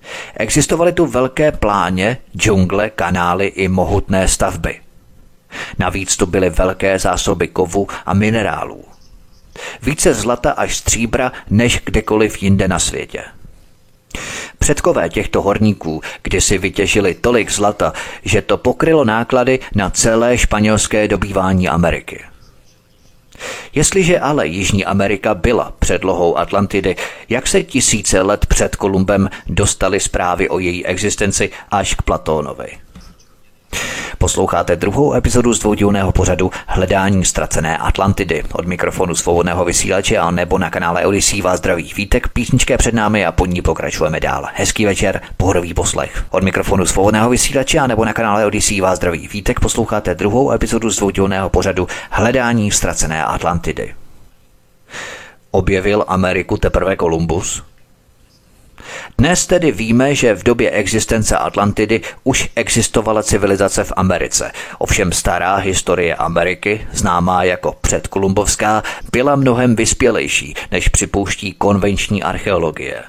Existovaly tu velké pláně, džungle, kanály i mohutné stavby. Navíc to byly velké zásoby kovu a minerálů. Více zlata až stříbra než kdekoliv jinde na světě. Předkové těchto horníků kdysi vytěžili tolik zlata, že to pokrylo náklady na celé španělské dobývání Ameriky. Jestliže ale Jižní Amerika byla předlohou Atlantidy, jak se tisíce let před Kolumbem dostaly zprávy o její existenci až k Platónovi? Posloucháte druhou epizodu z dvoudílného pořadu Hledání ztracené Atlantidy. Od mikrofonu svobodného vysílače a nebo na kanále Odyssey vás zdraví Vítek, písnička před námi a pod ní pokračujeme dál. Hezký večer, pohodový poslech. Od mikrofonu svobodného vysílače a nebo na kanále Odyssey vás zdraví Vítek, posloucháte druhou epizodu z dvoudílného pořadu Hledání ztracené Atlantidy. Objevil Ameriku teprve Kolumbus? Dnes tedy víme, že v době existence Atlantidy už existovala civilizace v Americe. Ovšem stará historie Ameriky, známá jako předkolumbovská, byla mnohem vyspělejší, než připouští konvenční archeologie.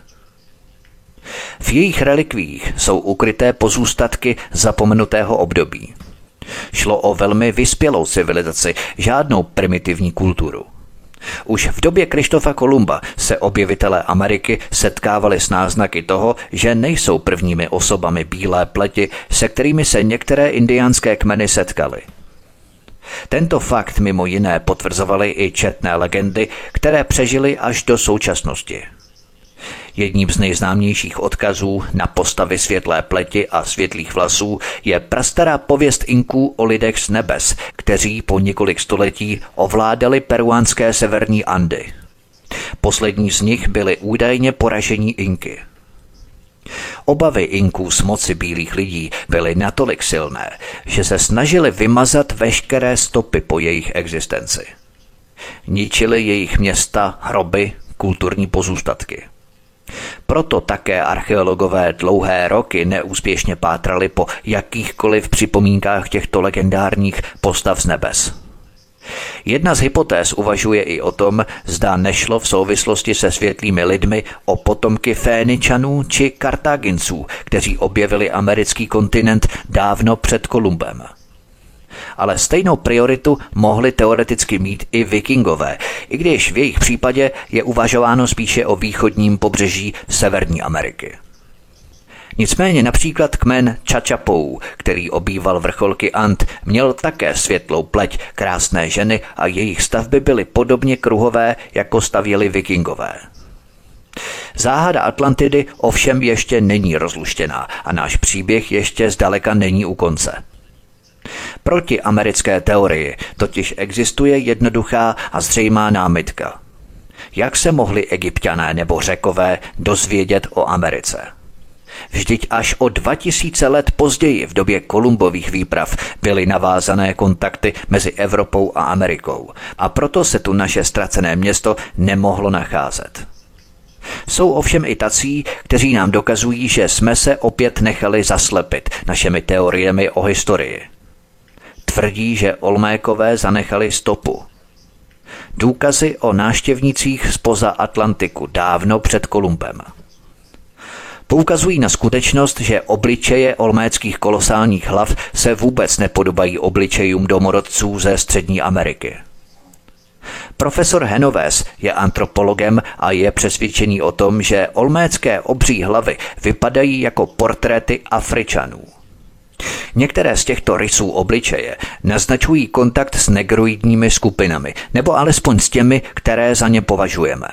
V jejich relikviích jsou ukryté pozůstatky zapomenutého období. Šlo o velmi vyspělou civilizaci, žádnou primitivní kulturu. Už v době Krištofa Kolumba se objevitelé Ameriky setkávali s náznaky toho, že nejsou prvními osobami bílé pleti, se kterými se některé indiánské kmeny setkaly. Tento fakt mimo jiné potvrzovaly i četné legendy, které přežily až do současnosti. Jedním z nejznámějších odkazů na postavy světlé pleti a světlých vlasů je prastará pověst Inků o lidech z nebes, kteří po několik století ovládali peruánské severní Andy. Poslední z nich byli údajně poražení Inky. Obavy Inků z moci bílých lidí byly natolik silné, že se snažili vymazat veškeré stopy po jejich existenci. Ničili jejich města, hroby, kulturní pozůstatky. Proto také archeologové dlouhé roky neúspěšně pátrali po jakýchkoliv připomínkách těchto legendárních postav z nebes. Jedna z hypotéz uvažuje i o tom, zda nešlo v souvislosti se světlými lidmi o potomky Féničanů či Kartáginců, kteří objevili americký kontinent dávno před Kolumbem. Ale stejnou prioritu mohli teoreticky mít i Vikingové, i když v jejich případě je uvažováno spíše o východním pobřeží Severní Ameriky. Nicméně například kmen Čačapou, který obýval vrcholky And, měl také světlou pleť, krásné ženy a jejich stavby byly podobně kruhové, jako stavěli Vikingové. Záhada Atlantidy ovšem ještě není rozluštěná a náš příběh ještě zdaleka není u konce. Proti americké teorii totiž existuje jednoduchá a zřejmá námitka. Jak se mohli Egypťané nebo Řekové dozvědět o Americe? Vždyť až o dva tisíce let později v době Kolumbových výprav byly navázané kontakty mezi Evropou a Amerikou a proto se tu naše ztracené město nemohlo nacházet. Jsou ovšem i tací, kteří nám dokazují, že jsme se opět nechali zaslepit našimi teoriemi o historii. Tvrdí, že Olmékové zanechali stopu. Důkazy o návštěvnících zpoza Atlantiku dávno před Kolumbem. Poukazují na skutečnost, že obličeje olméckých kolosálních hlav se vůbec nepodobají obličejům domorodců ze Střední Ameriky. Profesor Henoves je antropologem a je přesvědčený o tom, že olmécké obří hlavy vypadají jako portréty Afričanů. Některé z těchto rysů obličeje naznačují kontakt s negroidními skupinami, nebo alespoň s těmi, které za ně považujeme.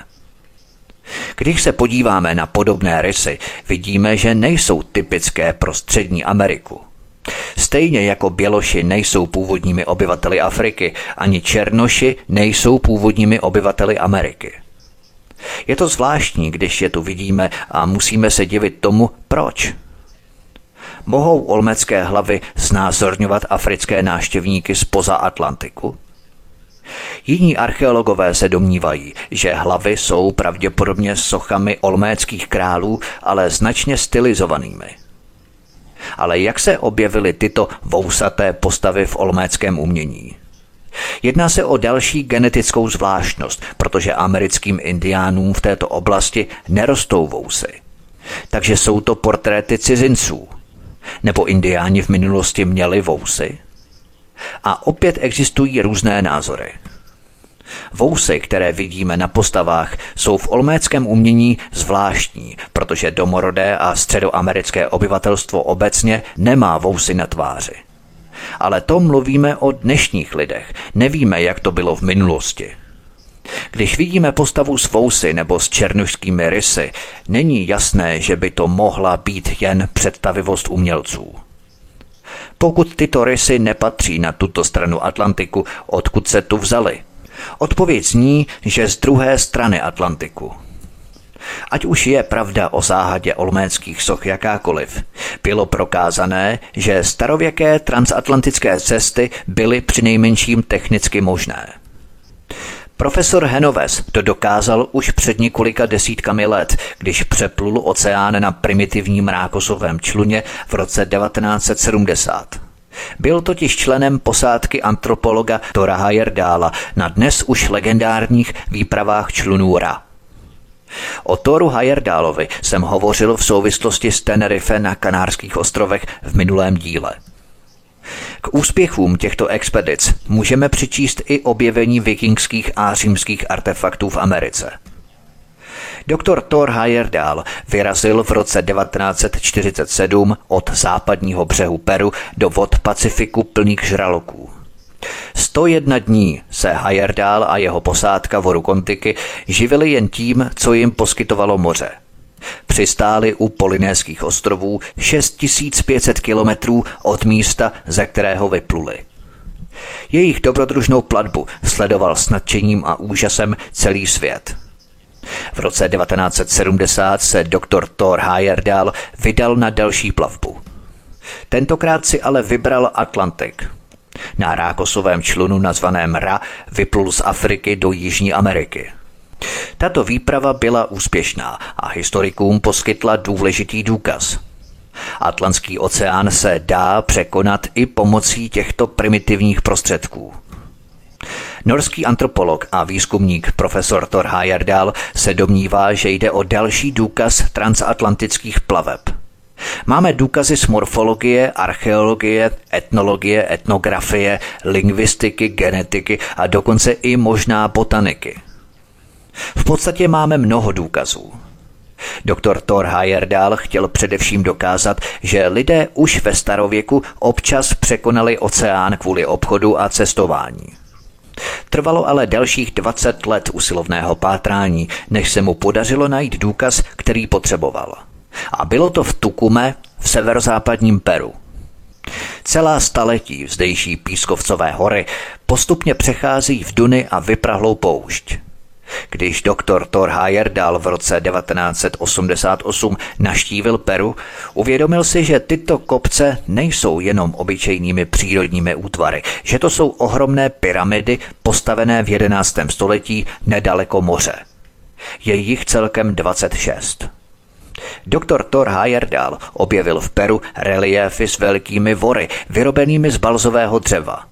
Když se podíváme na podobné rysy, vidíme, že nejsou typické pro Střední Ameriku. Stejně jako běloši nejsou původními obyvateli Afriky, ani černoši nejsou původními obyvateli Ameriky. Je to zvláštní, když je tu vidíme a musíme se divit tomu, proč. Mohou olmecké hlavy znázorňovat africké návštěvníky zpoza Atlantiku? Jiní archeologové se domnívají, že hlavy jsou pravděpodobně sochami olméckých králů, ale značně stylizovanými. Ale jak se objevily tyto vousaté postavy v olméckém umění? Jedná se o další genetickou zvláštnost, protože americkým indiánům v této oblasti nerostou vousy. Takže jsou to portréty cizinců. Nebo indiáni v minulosti měli vousy? A opět existují různé názory. Vousy, které vidíme na postavách, jsou v olméckém umění zvláštní, protože domorodé a středoamerické obyvatelstvo obecně nemá vousy na tváři. Ale to mluvíme o dnešních lidech, nevíme, jak to bylo v minulosti. Když vidíme postavu s vousy nebo s černošskými rysy, není jasné, že by to mohla být jen představivost umělců. Pokud tyto rysy nepatří na tuto stranu Atlantiku, odkud se tu vzaly? Odpověď zní, že z druhé strany Atlantiku. Ať už je pravda o záhadě olméckých soch jakákoliv, bylo prokázané, že starověké transatlantické cesty byly přinejmenším technicky možné. Profesor Henoves to dokázal už před několika desítkami let, když přeplul oceán na primitivním rákosovém čluně v roce devatenáct set sedmdesát. Byl totiž členem posádky antropologa Thora Heyerdahala na dnes už legendárních výpravách člunů Ra. O Thoru Heyerdahlovi jsem hovořil v souvislosti s Tenerife na Kanárských ostrovech v minulém díle. K úspěchům těchto expedic můžeme přičíst i objevení vikingských a římských artefaktů v Americe. Doktor Thor Heyerdahl vyrazil v roce devatenáct set čtyřicet sedm od západního břehu Peru do vod Pacifiku plných žraloků. sto jedna dní se Heyerdahl a jeho posádka vodu Kontiky živili jen tím, co jim poskytovalo moře. Přistáli u Polynéských ostrovů šest tisíc pět set kilometrů od místa, ze kterého vypluli. Jejich dobrodružnou platbu sledoval s nadšením a úžasem celý svět. V roce devatenáct set sedmdesát se doktor Thor Heyerdahl vydal na další plavbu. Tentokrát si ale vybral Atlantik. Na rákosovém člunu nazvaném Ra vyplul z Afriky do Jižní Ameriky. Tato výprava byla úspěšná a historikům poskytla důležitý důkaz. Atlantský oceán se dá překonat i pomocí těchto primitivních prostředků. Norský antropolog a výzkumník profesor Thor Heyerdahl se domnívá, že jde o další důkaz transatlantických plaveb. Máme důkazy z morfologie, archeologie, etnologie, etnografie, lingvistiky, genetiky a dokonce i možná botaniky. V podstatě máme mnoho důkazů. Doktor Thor Heyerdahl chtěl především dokázat, že lidé už ve starověku občas překonali oceán kvůli obchodu a cestování. Trvalo ale dalších dvacet let usilovného pátrání, než se mu podařilo najít důkaz, který potřeboval. A bylo to v Tucume v severozápadním Peru. Celá staletí zdejší pískovcové hory postupně přechází v duny a vyprahlou poušť. Když doktor Thor Heyerdahl v roce devatenáct set osmdesát osm navštívil Peru, uvědomil si, že tyto kopce nejsou jenom obyčejnými přírodními útvary, že to jsou ohromné pyramidy postavené v jedenáctém století nedaleko moře. Je jich celkem dvacet šest. Doktor Thor Heyerdahl objevil v Peru reliéfy s velkými vory, vyrobenými z balzového dřeva.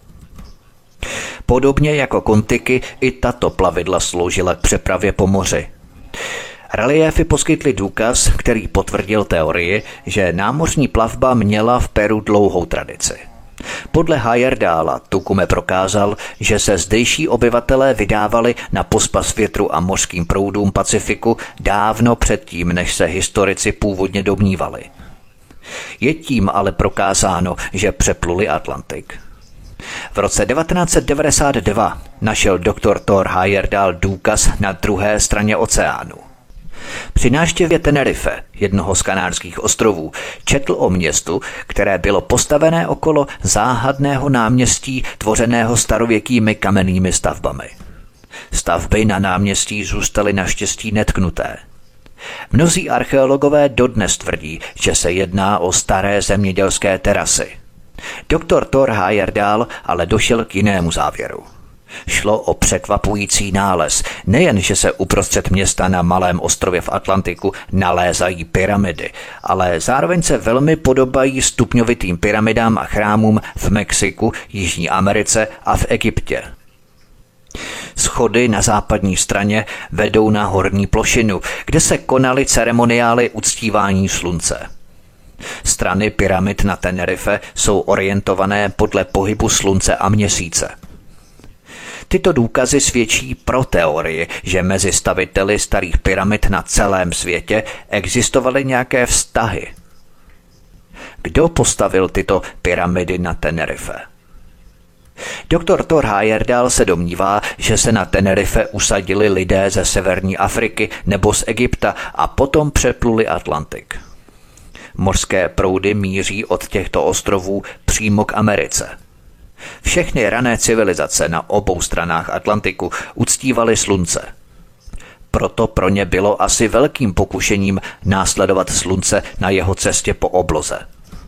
Podobně jako Kontiky, i tato plavidla sloužila k přepravě po moři. Reliéfy poskytly důkaz, který potvrdil teorii, že námořní plavba měla v Peru dlouhou tradici. Podle Heyerdahla Tucume prokázal, že se zdejší obyvatelé vydávali na pospas větru a mořským proudům Pacifiku dávno předtím, než se historici původně domnívali. Je tím ale prokázáno, že přepluli Atlantik. V roce devatenáct set devadesát dva našel doktor Thor Heyerdahl důkaz na druhé straně oceánu. Při návštěvě Tenerife, jednoho z Kanárských ostrovů, četl o městu, které bylo postavené okolo záhadného náměstí tvořeného starověkými kamennými stavbami. Stavby na náměstí zůstaly naštěstí netknuté. Mnozí archeologové dodnes tvrdí, že se jedná o staré zemědělské terasy. Doktor Thor Heyerdahl ale došel k jinému závěru. Šlo o překvapující nález, nejen, že se uprostřed města na malém ostrově v Atlantiku nalézají pyramidy, ale zároveň se velmi podobají stupňovitým pyramidám a chrámům v Mexiku, Jižní Americe a v Egyptě. Schody na západní straně vedou na horní plošinu, kde se konaly ceremoniály uctívání slunce. Strany pyramid na Tenerife jsou orientované podle pohybu slunce a měsíce. Tyto důkazy svědčí pro teorii, že mezi staviteli starých pyramid na celém světě existovaly nějaké vztahy. Kdo postavil tyto pyramidy na Tenerife? Doktor Thor Heyerdahl se domnívá, že se na Tenerife usadili lidé ze severní Afriky nebo z Egypta a potom přepluli Atlantik. Mořské proudy míří od těchto ostrovů přímo k Americe. Všechny rané civilizace na obou stranách Atlantiku uctívaly slunce. Proto pro ně bylo asi velkým pokušením následovat slunce na jeho cestě po obloze.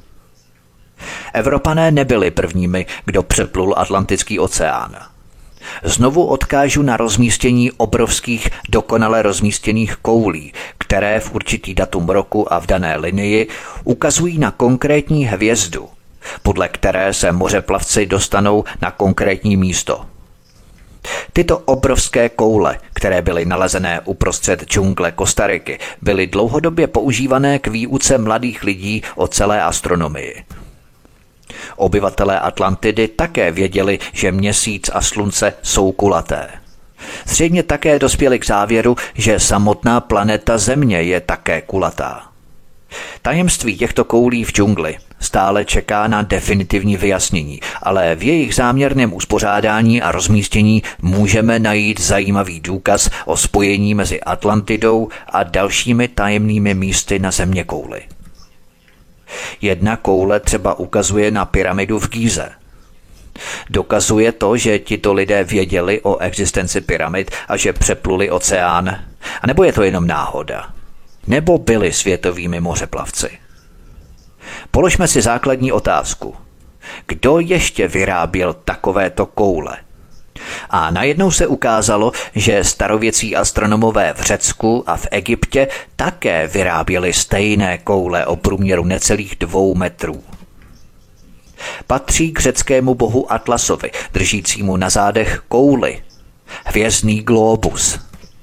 Evropané nebyli prvními, kdo přeplul Atlantický oceán. Znovu odkážu na rozmístění obrovských, dokonale rozmístěných koulí, které v určitý datum roku a v dané linii ukazují na konkrétní hvězdu, podle které se mořeplavci dostanou na konkrétní místo. Tyto obrovské koule, které byly nalezené uprostřed džungle Kostariky, byly dlouhodobě používané k výuce mladých lidí o celé astronomii. Obyvatelé Atlantidy také věděli, že měsíc a slunce jsou kulaté. Zřejmě také dospěli k závěru, že samotná planeta Země je také kulatá. Tajemství těchto koulí v džungli stále čeká na definitivní vyjasnění, ale v jejich záměrném uspořádání a rozmístění můžeme najít zajímavý důkaz o spojení mezi Atlantidou a dalšími tajemnými místy na zeměkouli. Jedna koule třeba ukazuje na pyramidu v Gíze. Dokazuje to, že tito lidé věděli o existenci pyramid a že přepluli oceán? A nebo je to jenom náhoda? Nebo byli světovými mořeplavci? Položme si základní otázku. Kdo ještě vyráběl takovéto koule? A najednou se ukázalo, že starověcí astronomové v Řecku a v Egyptě také vyráběli stejné koule o průměru necelých dvou metrů. Patří k řeckému bohu Atlasovi, držícímu na zádech kouli, hvězdný glóbus.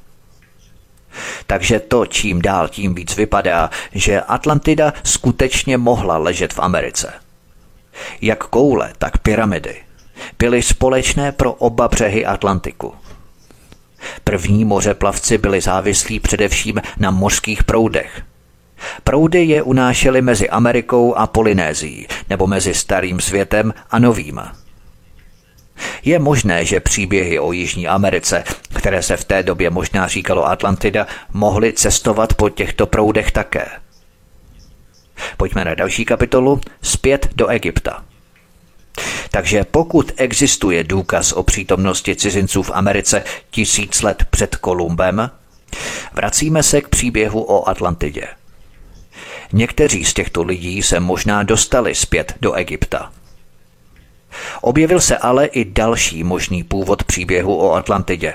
Takže to čím dál tím víc vypadá, že Atlantida skutečně mohla ležet v Americe. Jak koule, tak pyramidy byly společné pro oba břehy Atlantiku. První mořeplavci byli závislí především na mořských proudech. Proudy je unášely mezi Amerikou a Polynésií, nebo mezi Starým světem a Novým. Je možné, že příběhy o Jižní Americe, které se v té době možná říkalo Atlantida, mohly cestovat po těchto proudech také. Pojďme na další kapitolu, zpět do Egypta. Takže pokud existuje důkaz o přítomnosti cizinců v Americe tisíc let před Kolumbem, vracíme se k příběhu o Atlantidě. Někteří z těchto lidí se možná dostali zpět do Egypta. Objevil se ale i další možný původ příběhu o Atlantidě.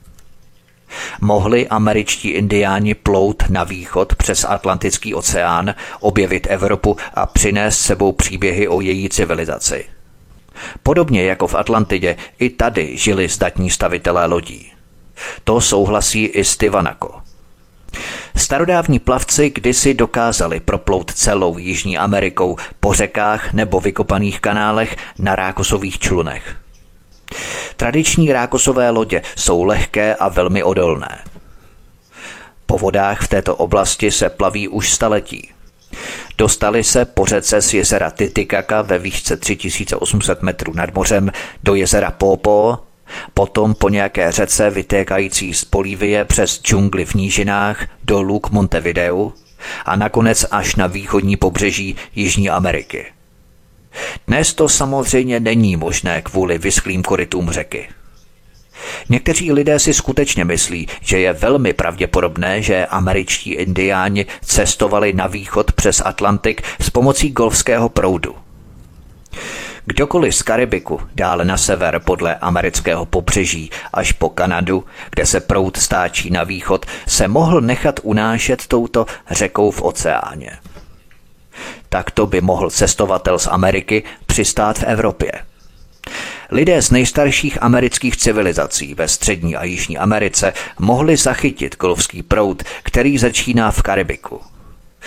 Mohli američtí indiáni plout na východ přes Atlantický oceán, objevit Evropu a přinést s sebou příběhy o její civilizaci. Podobně jako v Atlantidě, i tady žili zdatní stavitelé lodí. To souhlasí i Stivanako. Starodávní plavci kdysi dokázali proplout celou Jižní Amerikou po řekách nebo vykopaných kanálech na rákosových člunech. Tradiční rákosové lodě jsou lehké a velmi odolné. Po vodách v této oblasti se plaví už staletí. Dostali se po řece z jezera Titicaca ve výšce tři tisíce osm set metrů nad mořem do jezera Popo, potom po nějaké řece vytékající z Bolívie přes džungli v nížinách dolů k Montevideu a nakonec až na východní pobřeží Jižní Ameriky. Dnes to samozřejmě není možné kvůli vyschlým korytům řeky. Někteří lidé si skutečně myslí, že je velmi pravděpodobné, že američtí indiáni cestovali na východ přes Atlantik s pomocí golfského proudu. Kdokoliv z Karibiku dále na sever podle amerického pobřeží až po Kanadu, kde se proud stáčí na východ, se mohl nechat unášet touto řekou v oceáně. Takto by mohl cestovatel z Ameriky přistát v Evropě. Lidé z nejstarších amerických civilizací ve Střední a Jižní Americe mohli zachytit golfský proud, který začíná v Karibiku.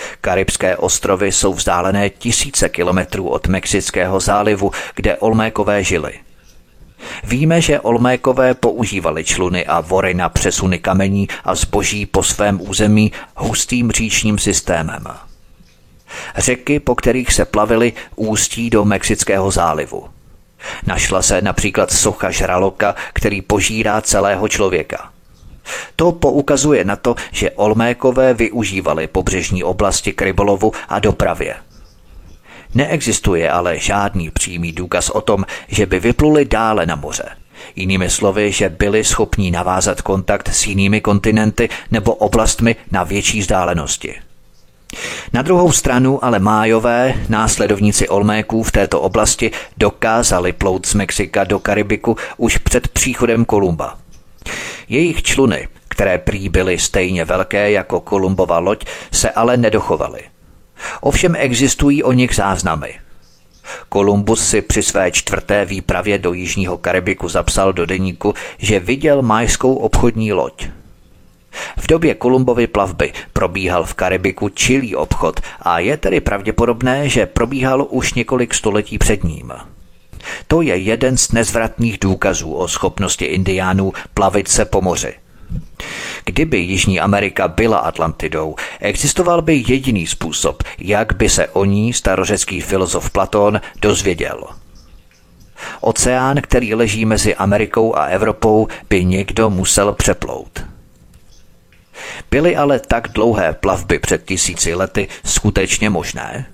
Karibské ostrovy jsou vzdálené tisíce kilometrů od Mexického zálivu, kde Olmékové žili. Víme, že Olmékové používali čluny a vory na přesuny kamení a zboží po svém území hustým říčním systémem. Řeky, po kterých se plavili, ústí do Mexického zálivu. Našla se například socha žraloka, který požírá celého člověka. To poukazuje na to, že Olmékové využívali pobřežní oblasti k rybolovu a dopravě. Neexistuje ale žádný přímý důkaz o tom, že by vypluli dále na moře. Jinými slovy, že byli schopní navázat kontakt s jinými kontinenty nebo oblastmi na větší vzdálenosti. Na druhou stranu ale Májové, následovníci Olméků v této oblasti, dokázali plout z Mexika do Karibiku už před příchodem Kolumba. Jejich čluny, které prý byly stejně velké jako Kolumbova loď, se ale nedochovaly. Ovšem existují o nich záznamy. Kolumbus si při své čtvrté výpravě do jižního Karibiku zapsal do deníku, že viděl májskou obchodní loď. V době Kolumbovy plavby probíhal v Karibiku čilý obchod a je tedy pravděpodobné, že probíhal už několik století před ním. To je jeden z nezvratných důkazů o schopnosti Indiánů plavit se po moři. Kdyby Jižní Amerika byla Atlantidou, existoval by jediný způsob, jak by se o ní starořecký filozof Platón dozvěděl. Oceán, který leží mezi Amerikou a Evropou, by někdo musel přeplout. Byly ale tak dlouhé plavby před tisíci lety skutečně možné?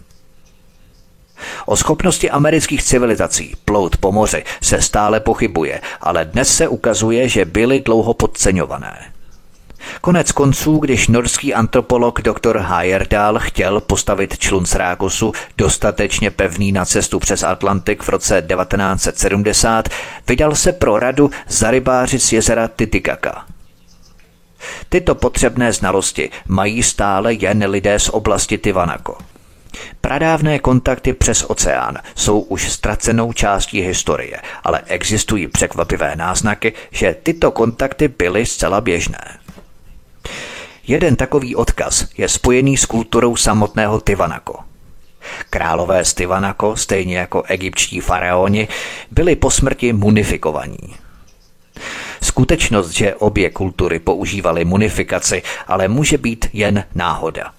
O schopnosti amerických civilizací plout po moři se stále pochybuje, ale dnes se ukazuje, že byly dlouho podceňované. Konec konců, když norský antropolog doktor Heyerdahl chtěl postavit člun z Rákosu dostatečně pevný na cestu přes Atlantik v roce devatenáct set sedmdesát, vydal se pro radu zarybářit z jezera Titicaca. Tyto potřebné znalosti mají stále jen lidé z oblasti Tiwanaku. Pradávné kontakty přes oceán jsou už ztracenou částí historie, ale existují překvapivé náznaky, že tyto kontakty byly zcela běžné. Jeden takový odkaz je spojený s kulturou samotného Tiwanaku. Králové z Tiwanaku, stejně jako egyptští faraoni, byli po smrti munifikovaní. Skutečnost, že obě kultury používaly munifikaci, ale může být jen náhoda.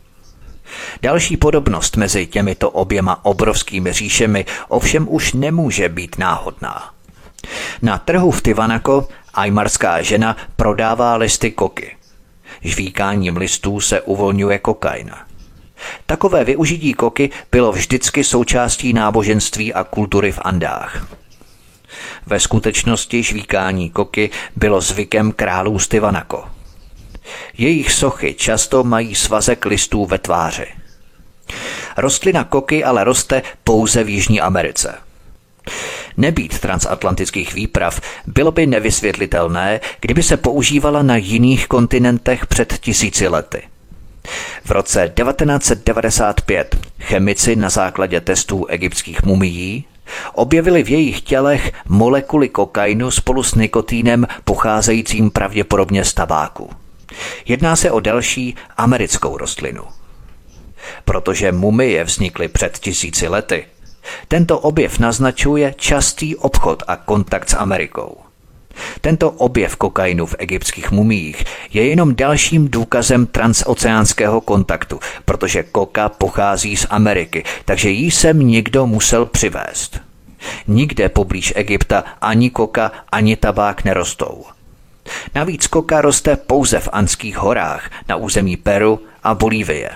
Další podobnost mezi těmito oběma obrovskými říšemi ovšem už nemůže být náhodná. Na trhu v Tiwanaku ajmarská žena prodává listy koky. Žvíkáním listů se uvolňuje kokain. Takové využití koky bylo vždycky součástí náboženství a kultury v Andách. Ve skutečnosti žvíkání koky bylo zvykem králů z Tiwanaku. Jejich sochy často mají svazek listů ve tváři. Rostlina koky ale roste pouze v Jižní Americe. Nebýt transatlantických výprav, bylo by nevysvětlitelné, kdyby se používala na jiných kontinentech před tisíci lety. V roce devatenáct set devadesát pět chemici na základě testů egyptských mumií objevili v jejich tělech molekuly kokainu spolu s nikotínem pocházejícím pravděpodobně z tabáku. Jedná se o další americkou rostlinu. Protože mumie vznikly před tisíci lety, tento objev naznačuje častý obchod a kontakt s Amerikou. Tento objev kokainu v egyptských mumiích je jenom dalším důkazem transoceánského kontaktu, protože koka pochází z Ameriky, takže ji sem někdo musel přivést. Nikde poblíž Egypta ani koka, ani tabák nerostou. Navíc koka roste pouze v Andských horách na území Peru a Bolívie.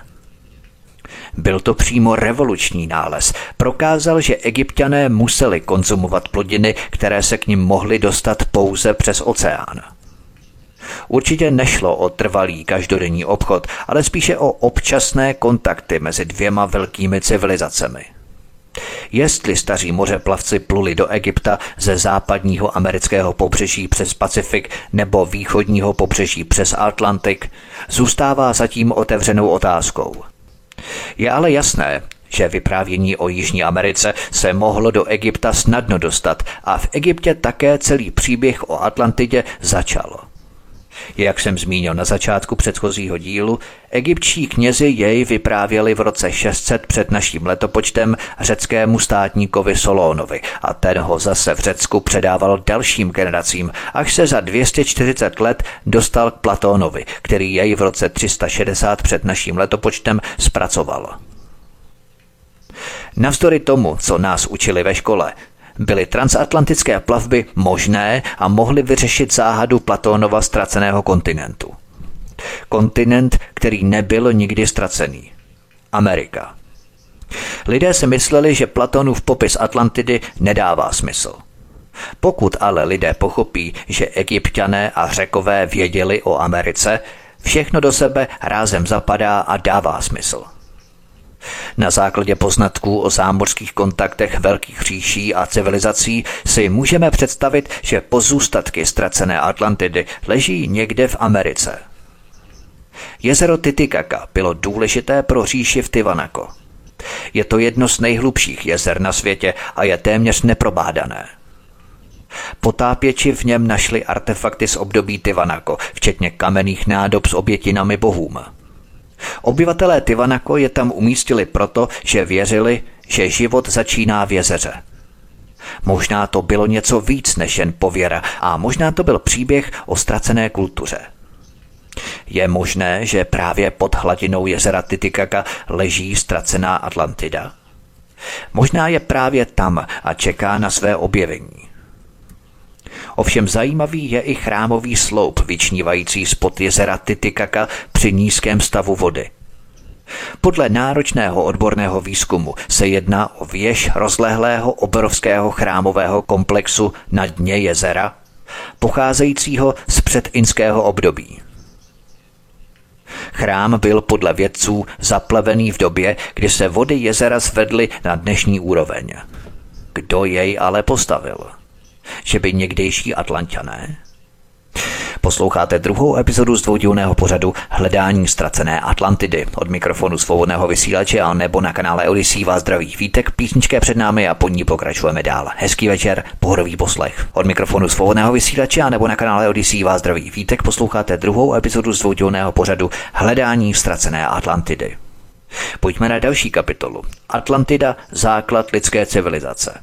Byl to přímo revoluční nález. Prokázal, že Egypťané museli konzumovat plodiny, které se k nim mohly dostat pouze přes oceán. Určitě nešlo o trvalý každodenní obchod, ale spíše o občasné kontakty mezi dvěma velkými civilizacemi. Jestli staří mořeplavci pluli do Egypta ze západního amerického pobřeží přes Pacifik nebo východního pobřeží přes Atlantik, zůstává zatím otevřenou otázkou. Je ale jasné, že vyprávění o Jižní Americe se mohlo do Egypta snadno dostat a v Egyptě také celý příběh o Atlantidě začal. Jak jsem zmínil na začátku předchozího dílu, egyptští knězi jej vyprávěli v roce šest set před naším letopočtem řeckému státníkovi Solónovi a ten ho zase v Řecku předával dalším generacím, až se za dvě stě čtyřicet let dostal k Platónovi, který jej v roce tři sta šedesát před naším letopočtem zpracoval. Navzdory tomu, co nás učili ve škole, byly transatlantické plavby možné a mohly vyřešit záhadu Platónova ztraceného kontinentu. Kontinent, který nebyl nikdy ztracený. Amerika. Lidé si mysleli, že Platónův popis Atlantidy nedává smysl. Pokud ale lidé pochopí, že Egypťané a Řekové věděli o Americe, všechno do sebe rázem zapadá a dává smysl. Na základě poznatků o zámořských kontaktech velkých říší a civilizací si můžeme představit, že pozůstatky ztracené Atlantidy leží někde v Americe. Jezero Titicaca bylo důležité pro říši v Tiwanaku. Je to jedno z nejhlubších jezer na světě a je téměř neprobádané. Potápěči v něm našli artefakty z období Tiwanaku, včetně kamenných nádob s obětinami bohům. Obyvatelé Tiwanaku je tam umístili proto, že věřili, že život začíná v jezeře. Možná to bylo něco víc než jen pověra a možná to byl příběh o ztracené kultuře. Je možné, že právě pod hladinou jezera Titicaca leží ztracená Atlantida. Možná je právě tam a čeká na své objevení. Ovšem zajímavý je i chrámový sloup vyčnívající spod jezera Titicaca při nízkém stavu vody. Podle náročného odborného výzkumu se jedná o věž rozlehlého obrovského chrámového komplexu na dně jezera, pocházejícího z předinského období. Chrám byl podle vědců zaplevený v době, kdy se vody jezera zvedly na dnešní úroveň. Kdo jej ale postavil? Že by někdejší Atlanťané? Posloucháte druhou epizodu z dvoudílného pořadu Hledání ztracené Atlantidy. Od mikrofonu svobodného vysílače a nebo na kanále Odyssey vás zdraví Vítek, písnička před námi a po ní pokračujeme dál. Hezký večer, pohodový poslech. Od mikrofonu svobodného vysílače a nebo na kanále Odyssey vás zdraví Vítek, posloucháte druhou epizodu z dvoudílného pořadu Hledání ztracené Atlantidy. Pojďme na další kapitolu. Atlantida, základ lidské civilizace.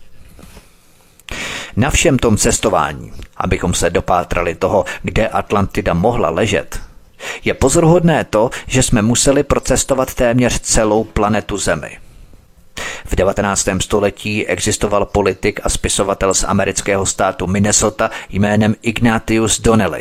Na všem tom cestování, abychom se dopátrali toho, kde Atlantida mohla ležet, je pozoruhodné to, že jsme museli procestovat téměř celou planetu Zemi. V devatenáctém století existoval politik a spisovatel z amerického státu Minnesota jménem Ignatius Donnelly.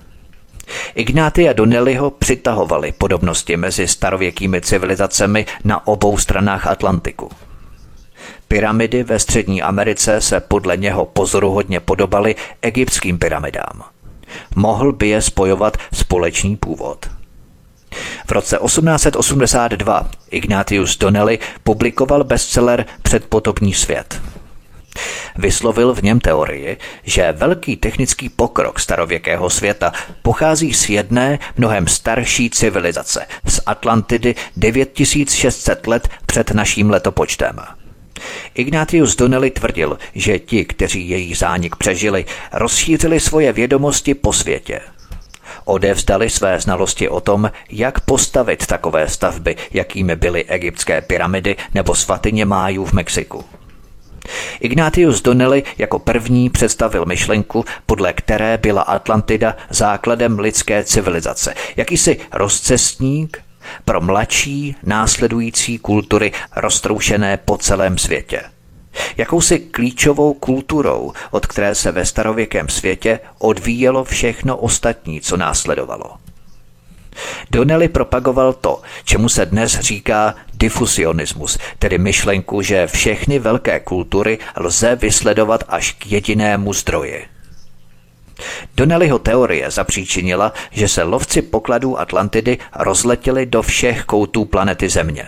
Ignatia Donnellyho přitahovaly podobnosti mezi starověkými civilizacemi na obou stranách Atlantiku. Pyramidy ve Střední Americe se podle něho pozoruhodně podobaly egyptským pyramidám. Mohl by je spojovat společný původ. V roce osmnáct set osmdesát dva Ignatius Donnelly publikoval bestseller Předpotopní svět. Vyslovil v něm teorii, že velký technický pokrok starověkého světa pochází z jedné mnohem starší civilizace, z Atlantidy devět tisíc šest set let před naším letopočtem. Ignatius Donnelly tvrdil, že ti, kteří její zánik přežili, rozšířili svoje vědomosti po světě. Odevzdali své znalosti o tom, jak postavit takové stavby, jakými byly egyptské pyramidy nebo svatyně Májů v Mexiku. Ignatius Donnelly jako první představil myšlenku, podle které byla Atlantida základem lidské civilizace, jakýsi rozcestník pro mladší následující kultury roztroušené po celém světě. Jakousi klíčovou kulturou, od které se ve starověkém světě odvíjelo všechno ostatní, co následovalo. Donnelly propagoval to, čemu se dnes říká difusionismus, tedy myšlenku, že všechny velké kultury lze vysledovat až k jedinému zdroji. Donnellyho teorie zapříčinila, že se lovci pokladů Atlantidy rozletěli do všech koutů planety Země.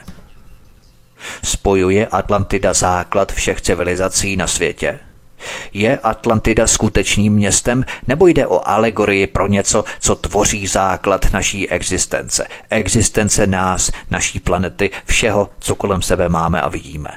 Spojuje Atlantida základ všech civilizací na světě? Je Atlantida skutečným městem, nebo jde o alegorii pro něco, co tvoří základ naší existence, existence nás, naší planety, všeho, co kolem sebe máme a vidíme?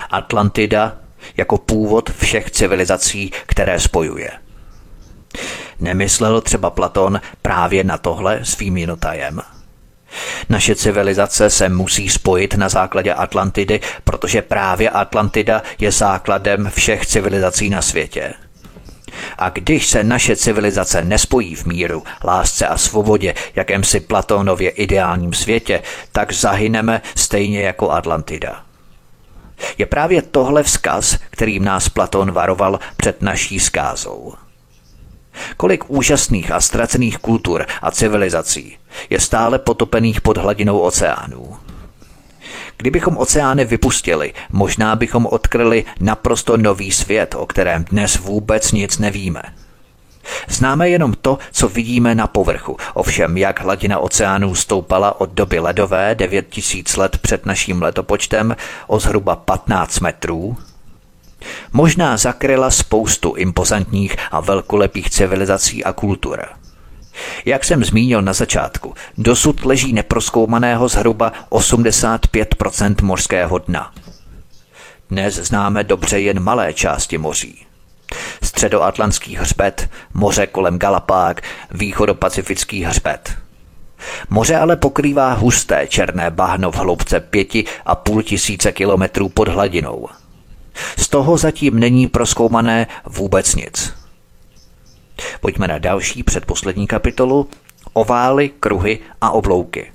Atlantida jako původ všech civilizací, které spojuje. Nemyslel třeba Platon právě na tohle svým jinotajem? Naše civilizace se musí spojit na základě Atlantidy, protože právě Atlantida je základem všech civilizací na světě. A když se naše civilizace nespojí v míru, lásce a svobodě, jakémsi Platónově ideálním světě, tak zahyneme stejně jako Atlantida. Je právě tohle vzkaz, kterým nás Platón varoval před naší zkázou. Kolik úžasných a ztracených kultur a civilizací je stále potopených pod hladinou oceánů. Kdybychom oceány vypustili, možná bychom odkryli naprosto nový svět, o kterém dnes vůbec nic nevíme. Známe jenom to, co vidíme na povrchu, ovšem jak hladina oceánů stoupala od doby ledové devět tisíc let před naším letopočtem o zhruba patnáct metrů, možná zakryla spoustu impozantních a velkolepých civilizací a kultur. Jak jsem zmínil na začátku, dosud leží neprozkoumaného zhruba osmdesát pět procent mořského dna. Dnes známe dobře jen malé části moří. Středoatlantský hřbet, moře kolem Galapág, východopacifický hřbet. Moře ale pokrývá husté černé bahno v hloubce pěti a půl tisíce kilometrů pod hladinou. Z toho zatím není prozkoumané vůbec nic. Pojďme na další předposlední kapitolu Ovály, kruhy a oblouky.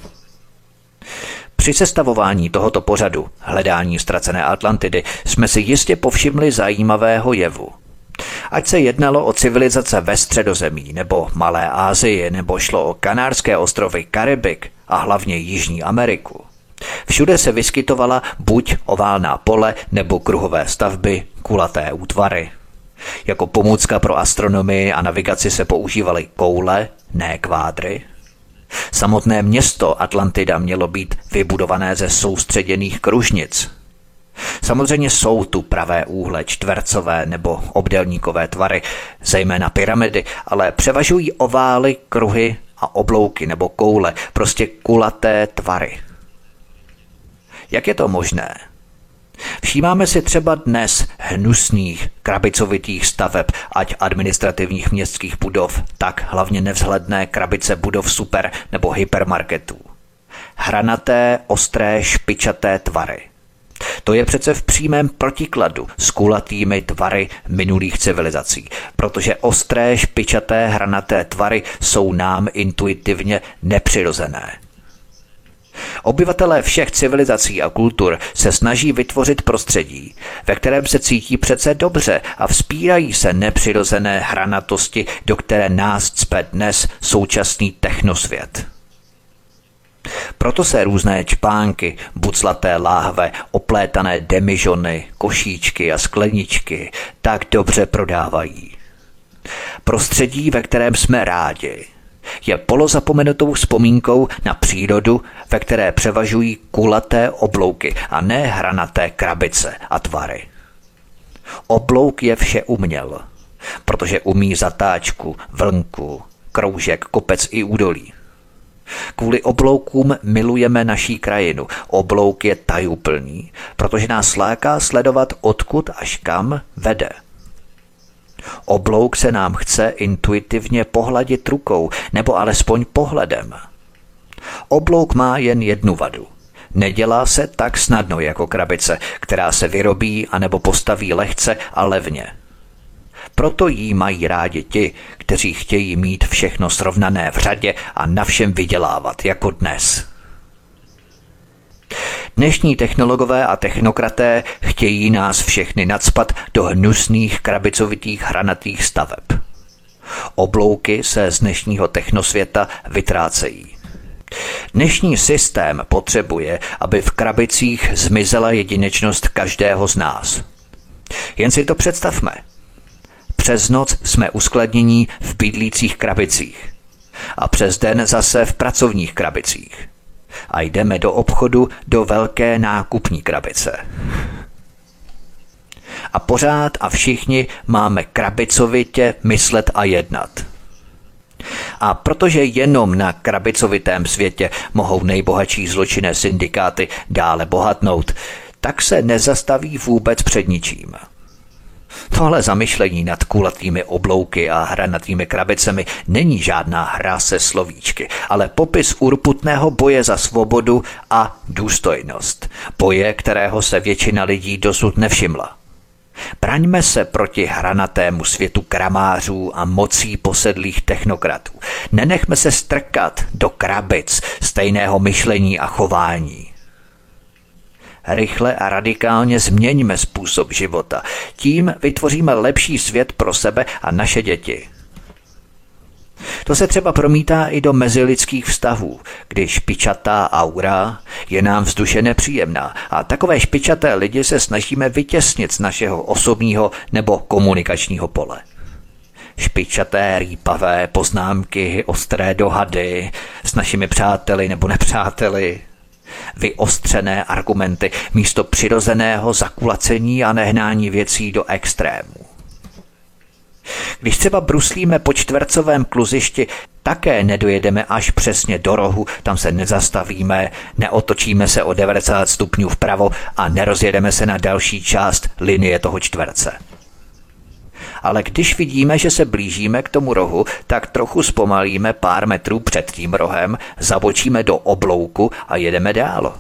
Při sestavování tohoto pořadu Hledání ztracené Atlantidy jsme si jistě povšimli zajímavého jevu. Ať se jednalo o civilizace ve Středozemí nebo Malé Asii, nebo šlo o Kanárské ostrovy, Karibik a hlavně Jižní Ameriku, všude se vyskytovala buď oválná pole nebo kruhové stavby, kulaté útvary. Jako pomůcka pro astronomii a navigaci se používaly koule, ne kvádry. Samotné město Atlantida mělo být vybudované ze soustředěných kružnic. Samozřejmě jsou tu pravé úhle, čtvercové nebo obdélníkové tvary, zejména pyramidy, ale převažují ovály, kruhy a oblouky nebo koule, prostě kulaté tvary. Jak je to možné? Všímáme si třeba dnes hnusných, krabicovitých staveb, ať administrativních městských budov, tak hlavně nevzhledné krabice budov super nebo hypermarketů. Hranaté, ostré, špičaté tvary. To je přece v přímém protikladu s kulatými tvary minulých civilizací, protože ostré, špičaté, hranaté tvary jsou nám intuitivně nepřirozené. Obyvatelé všech civilizací a kultur se snaží vytvořit prostředí, ve kterém se cítí přece dobře a vzpírají se nepřirozené hranatosti, do které nás cpe dnes současný technosvět. Proto se různé čpánky, buclaté láhve, oplétané demižony, košíčky a skleničky tak dobře prodávají. Prostředí, ve kterém jsme rádi, je polozapomenutou vzpomínkou na přírodu, ve které převažují kulaté oblouky a ne hranaté krabice a tvary. Oblouk je vše uměl, protože umí zatáčku, vlnku, kroužek, kopec i údolí. Kvůli obloukům milujeme naší krajinu. Oblouk je tajuplný, protože nás láká sledovat, odkud až kam vede. Oblouk se nám chce intuitivně pohladit rukou, nebo alespoň pohledem. Oblouk má jen jednu vadu. Nedělá se tak snadno jako krabice, která se vyrobí anebo postaví lehce a levně. Proto jí mají rádi ti, kteří chtějí mít všechno srovnané v řadě a na všem vydělávat, jako dnes. Dnešní technologové a technokraté chtějí nás všechny nacpat do hnusných krabicovitých hranatých staveb. Oblouky se z dnešního technosvěta vytrácejí. Dnešní systém potřebuje, aby v krabicích zmizela jedinečnost každého z nás. Jen si to představme. Přes noc jsme uskladnění v bydlících krabicích a přes den zase v pracovních krabicích. A jdeme do obchodu do velké nákupní krabice. A pořád a všichni máme krabicovitě myslet a jednat. A protože jenom na krabicovitém světě mohou nejbohatší zločinné syndikáty dále bohatnout, tak se nezastaví vůbec před ničím. Tohle zamyšlení nad kulatými oblouky a hranatými krabicemi není žádná hra se slovíčky, ale popis urputného boje za svobodu a důstojnost. Boje, kterého se většina lidí dosud nevšimla. Braňme se proti hranatému světu kramářů a mocí posedlých technokratů. Nenechme se strkat do krabic stejného myšlení a chování. Rychle a radikálně změňme způsob života. Tím vytvoříme lepší svět pro sebe a naše děti. To se třeba promítá i do mezilidských vztahů, kdy špičatá aura je nám vzduše nepříjemná a takové špičaté lidi se snažíme vytěsnit z našeho osobního nebo komunikačního pole. Špičaté, rýpavé poznámky, ostré dohady s našimi přáteli nebo nepřáteli, vyostřené argumenty místo přirozeného zakulacení a nehnání věcí do extrému. Když třeba bruslíme po čtvercovém kluzišti, také nedojedeme až přesně do rohu, tam se nezastavíme, neotočíme se o devadesát stupňů vpravo a nerozjedeme se na další část linie toho čtverce. Ale když vidíme, že se blížíme k tomu rohu, tak trochu zpomalíme pár metrů před tím rohem, zabočíme do oblouku a jedeme dál.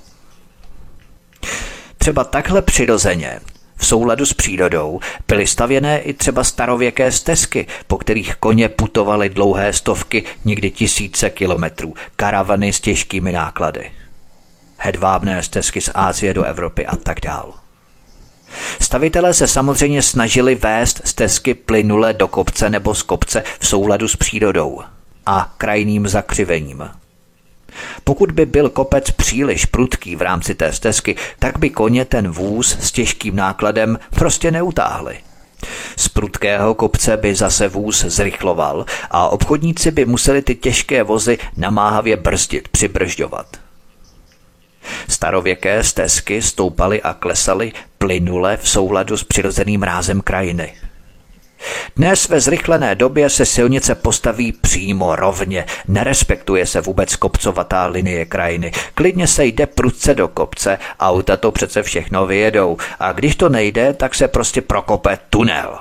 Třeba takhle přirozeně, v souladu s přírodou, byly stavěné i třeba starověké stezky, po kterých koně putovaly dlouhé stovky, někdy tisíce kilometrů, karavany s těžkými náklady. Hedvábné stezky z Asie do Evropy a tak dál. Stavitelé se samozřejmě snažili vést stezky plynule do kopce nebo z kopce v souladu s přírodou a krajným zakřivením. Pokud by byl kopec příliš prudký v rámci té stezky, tak by koně ten vůz s těžkým nákladem prostě neutáhli. Z prudkého kopce by zase vůz zrychloval a obchodníci by museli ty těžké vozy namáhavě brzdit, přibržďovat. Starověké stezky stoupaly a klesaly plynule v souladu s přirozeným rázem krajiny. Dnes ve zrychlené době se silnice postaví přímo rovně, nerespektuje se vůbec kopcovatá linie krajiny. Klidně se jde prudce do kopce, auta to přece všechno vyjedou a když to nejde, tak se prostě prokope tunel.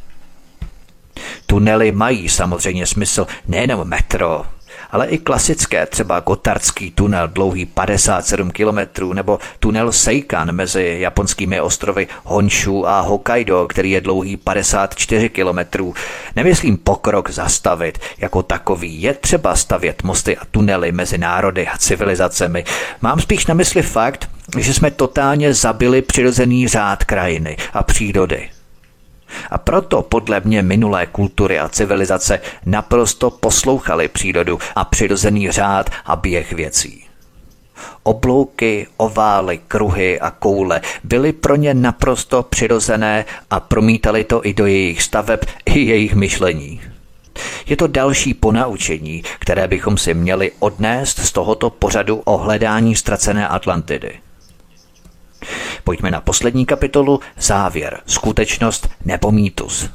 Tunely mají samozřejmě smysl, nejenom metro, ale i klasické, třeba Gotthardský tunel dlouhý padesát sedm kilometrů nebo tunel Seikan mezi japonskými ostrovy Honshu a Hokkaido, který je dlouhý padesát čtyři kilometrů. Nemyslím pokrok zastavit jako takový, je třeba stavět mosty a tunely mezi národy a civilizacemi. Mám spíš na mysli fakt, že jsme totálně zabili přirozený řád krajiny a přírody. A proto podle mě minulé kultury a civilizace naprosto poslouchaly přírodu a přirozený řád a běh věcí. Oblouky, ovály, kruhy a koule byly pro ně naprosto přirozené a promítali to i do jejich staveb, i jejich myšlení. Je to další ponaučení, které bychom si měli odnést z tohoto pořadu o hledání ztracené Atlantidy. Pojďme na poslední kapitolu, závěr, skutečnost nebo mýtus.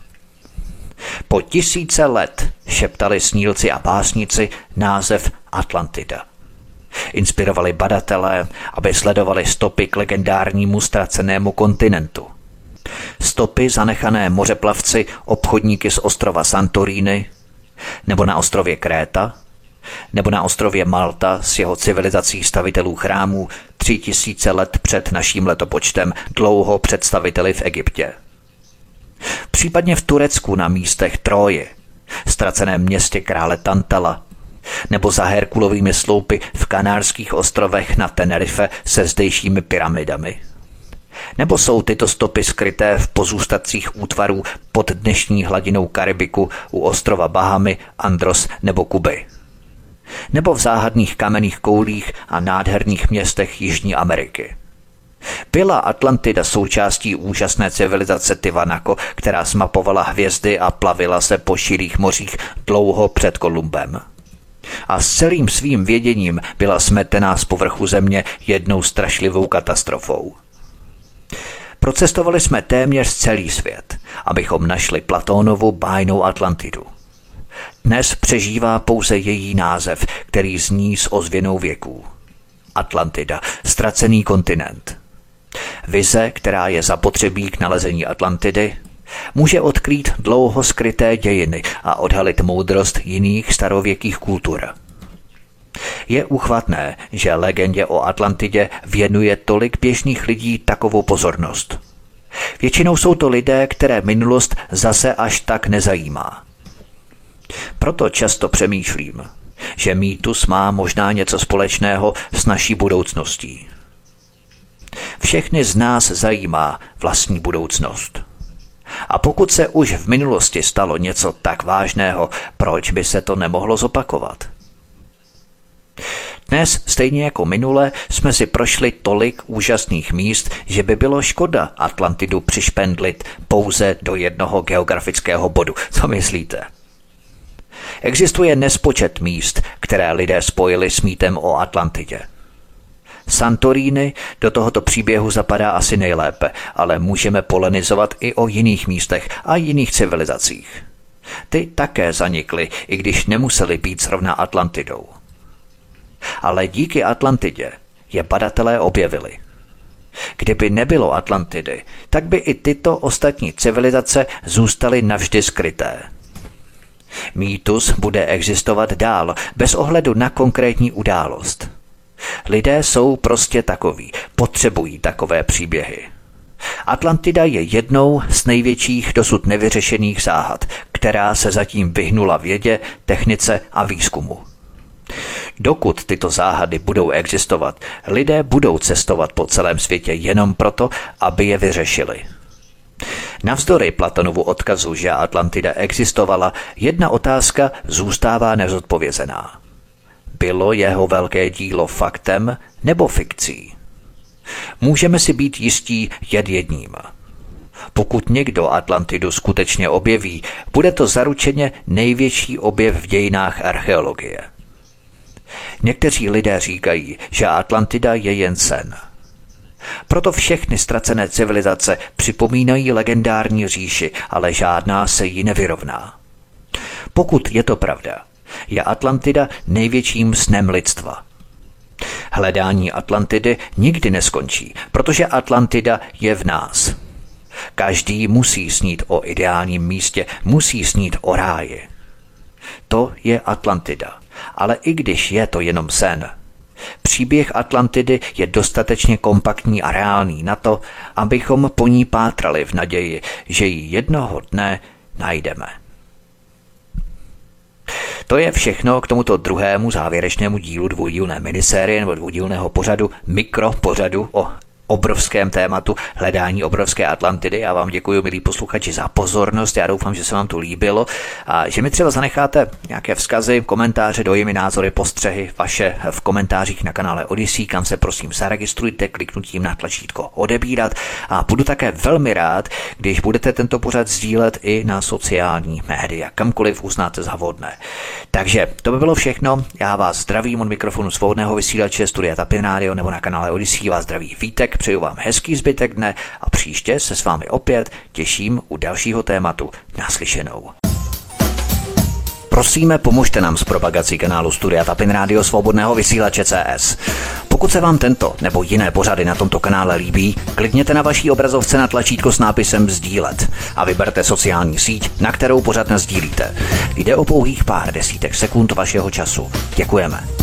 Po tisíce let šeptali snílci a básníci název Atlantida. Inspirovali badatelé, aby sledovali stopy k legendárnímu ztracenému kontinentu. Stopy zanechané mořeplavci, obchodníky z ostrova Santorini, nebo na ostrově Kréta, nebo na ostrově Malta s jeho civilizací stavitelů chrámů tři tisíce let před naším letopočtem, dlouho před staviteli v Egyptě. Případně v Turecku na místech Tróje, ztraceném městě krále Tantala, nebo za Herkulovými sloupy v Kanárských ostrovech na Tenerife se zdejšími pyramidami. Nebo jsou tyto stopy skryté v pozůstatcích útvarů pod dnešní hladinou Karibiku u ostrova Bahamy, Andros nebo Kuby. Nebo v záhadných kamenných koulích a nádherných městech Jižní Ameriky. Byla Atlantida součástí úžasné civilizace Tiwanaku, která smapovala hvězdy a plavila se po širých mořích dlouho před Kolumbem. A s celým svým věděním byla smetená z povrchu země jednou strašlivou katastrofou. Procestovali jsme téměř celý svět, abychom našli Platónovu bájnou Atlantidu. Dnes přežívá pouze její název, který zní s ozvěnou věků. Atlantida, ztracený kontinent. Vize, která je zapotřebí k nalezení Atlantidy, může odkrýt dlouho skryté dějiny a odhalit moudrost jiných starověkých kultur. Je úchvatné, že legendě o Atlantidě věnuje tolik běžných lidí takovou pozornost. Většinou jsou to lidé, které minulost zase až tak nezajímá. Proto často přemýšlím, že mýtus má možná něco společného s naší budoucností. Všechny z nás zajímá vlastní budoucnost. A pokud se už v minulosti stalo něco tak vážného, proč by se to nemohlo zopakovat? Dnes, stejně jako minule, jsme si prošli tolik úžasných míst, že by bylo škoda Atlantidu přišpendlit pouze do jednoho geografického bodu. Co myslíte? Existuje nespočet míst, které lidé spojili s mýtem o Atlantidě. Santorini do tohoto příběhu zapadá asi nejlépe, ale můžeme polemizovat i o jiných místech a jiných civilizacích. Ty také zanikly, i když nemusely být zrovna Atlantidou. Ale díky Atlantidě je badatelé objevili. Kdyby nebylo Atlantidy, tak by i tyto ostatní civilizace zůstaly navždy skryté. Mýtus bude existovat dál, bez ohledu na konkrétní událost. Lidé jsou prostě takoví, potřebují takové příběhy. Atlantida je jednou z největších dosud nevyřešených záhad, která se zatím vyhnula vědě, technice a výzkumu. Dokud tyto záhady budou existovat, lidé budou cestovat po celém světě jenom proto, aby je vyřešili. Navzdory Platonovu odkazu, že Atlantida existovala, jedna otázka zůstává nezodpovězená. Bylo jeho velké dílo faktem nebo fikcí? Můžeme si být jistí jen jedním. Pokud někdo Atlantidu skutečně objeví, bude to zaručeně největší objev v dějinách archeologie. Někteří lidé říkají, že Atlantida je jen sen. Proto všechny ztracené civilizace připomínají legendární říši, ale žádná se jí nevyrovná. Pokud je to pravda, je Atlantida největším snem lidstva. Hledání Atlantidy nikdy neskončí, protože Atlantida je v nás. Každý musí snít o ideálním místě, musí snít o ráji. To je Atlantida, ale i když je to jenom sen, příběh Atlantidy je dostatečně kompaktní a reálný na to, abychom po ní pátrali v naději, že ji jednoho dne najdeme. To je všechno k tomuto druhému závěrečnému dílu dvoudílné minisérie nebo dvoudílného pořadu, mikropořadu o obrovském tématu hledání obrovské Atlantidy. Já vám děkuji, milí posluchači, za pozornost. Já doufám, že se vám to líbilo a že mi třeba zanecháte nějaké vzkazy, komentáře, dojmy, názory, postřehy vaše v komentářích na kanále Odyssey, kam se prosím zaregistrujte kliknutím na tlačítko odebírat a budu také velmi rád, když budete tento pořad sdílet i na sociální média, kamkoliv uznáte za vhodné. Takže to by bylo všechno. Já vás zdravím od mikrofonu svobodného vysílače Studia Tapin Radio nebo na kanále Odyssey vás zdraví Vítek. Přeju vám hezký zbytek dne a příště se s vámi opět těším u dalšího tématu. Naslyšenou. Prosíme, pomožte nám s propagací kanálu Studia Tapin Radio Svobodného vysílače C S. Pokud se vám tento nebo jiné pořady na tomto kanále líbí, klikněte na vaší obrazovce na tlačítko s nápisem sdílet a vyberte sociální síť, na kterou pořad nasdílíte. Jde o pouhých pár desítek sekund vašeho času. Děkujeme.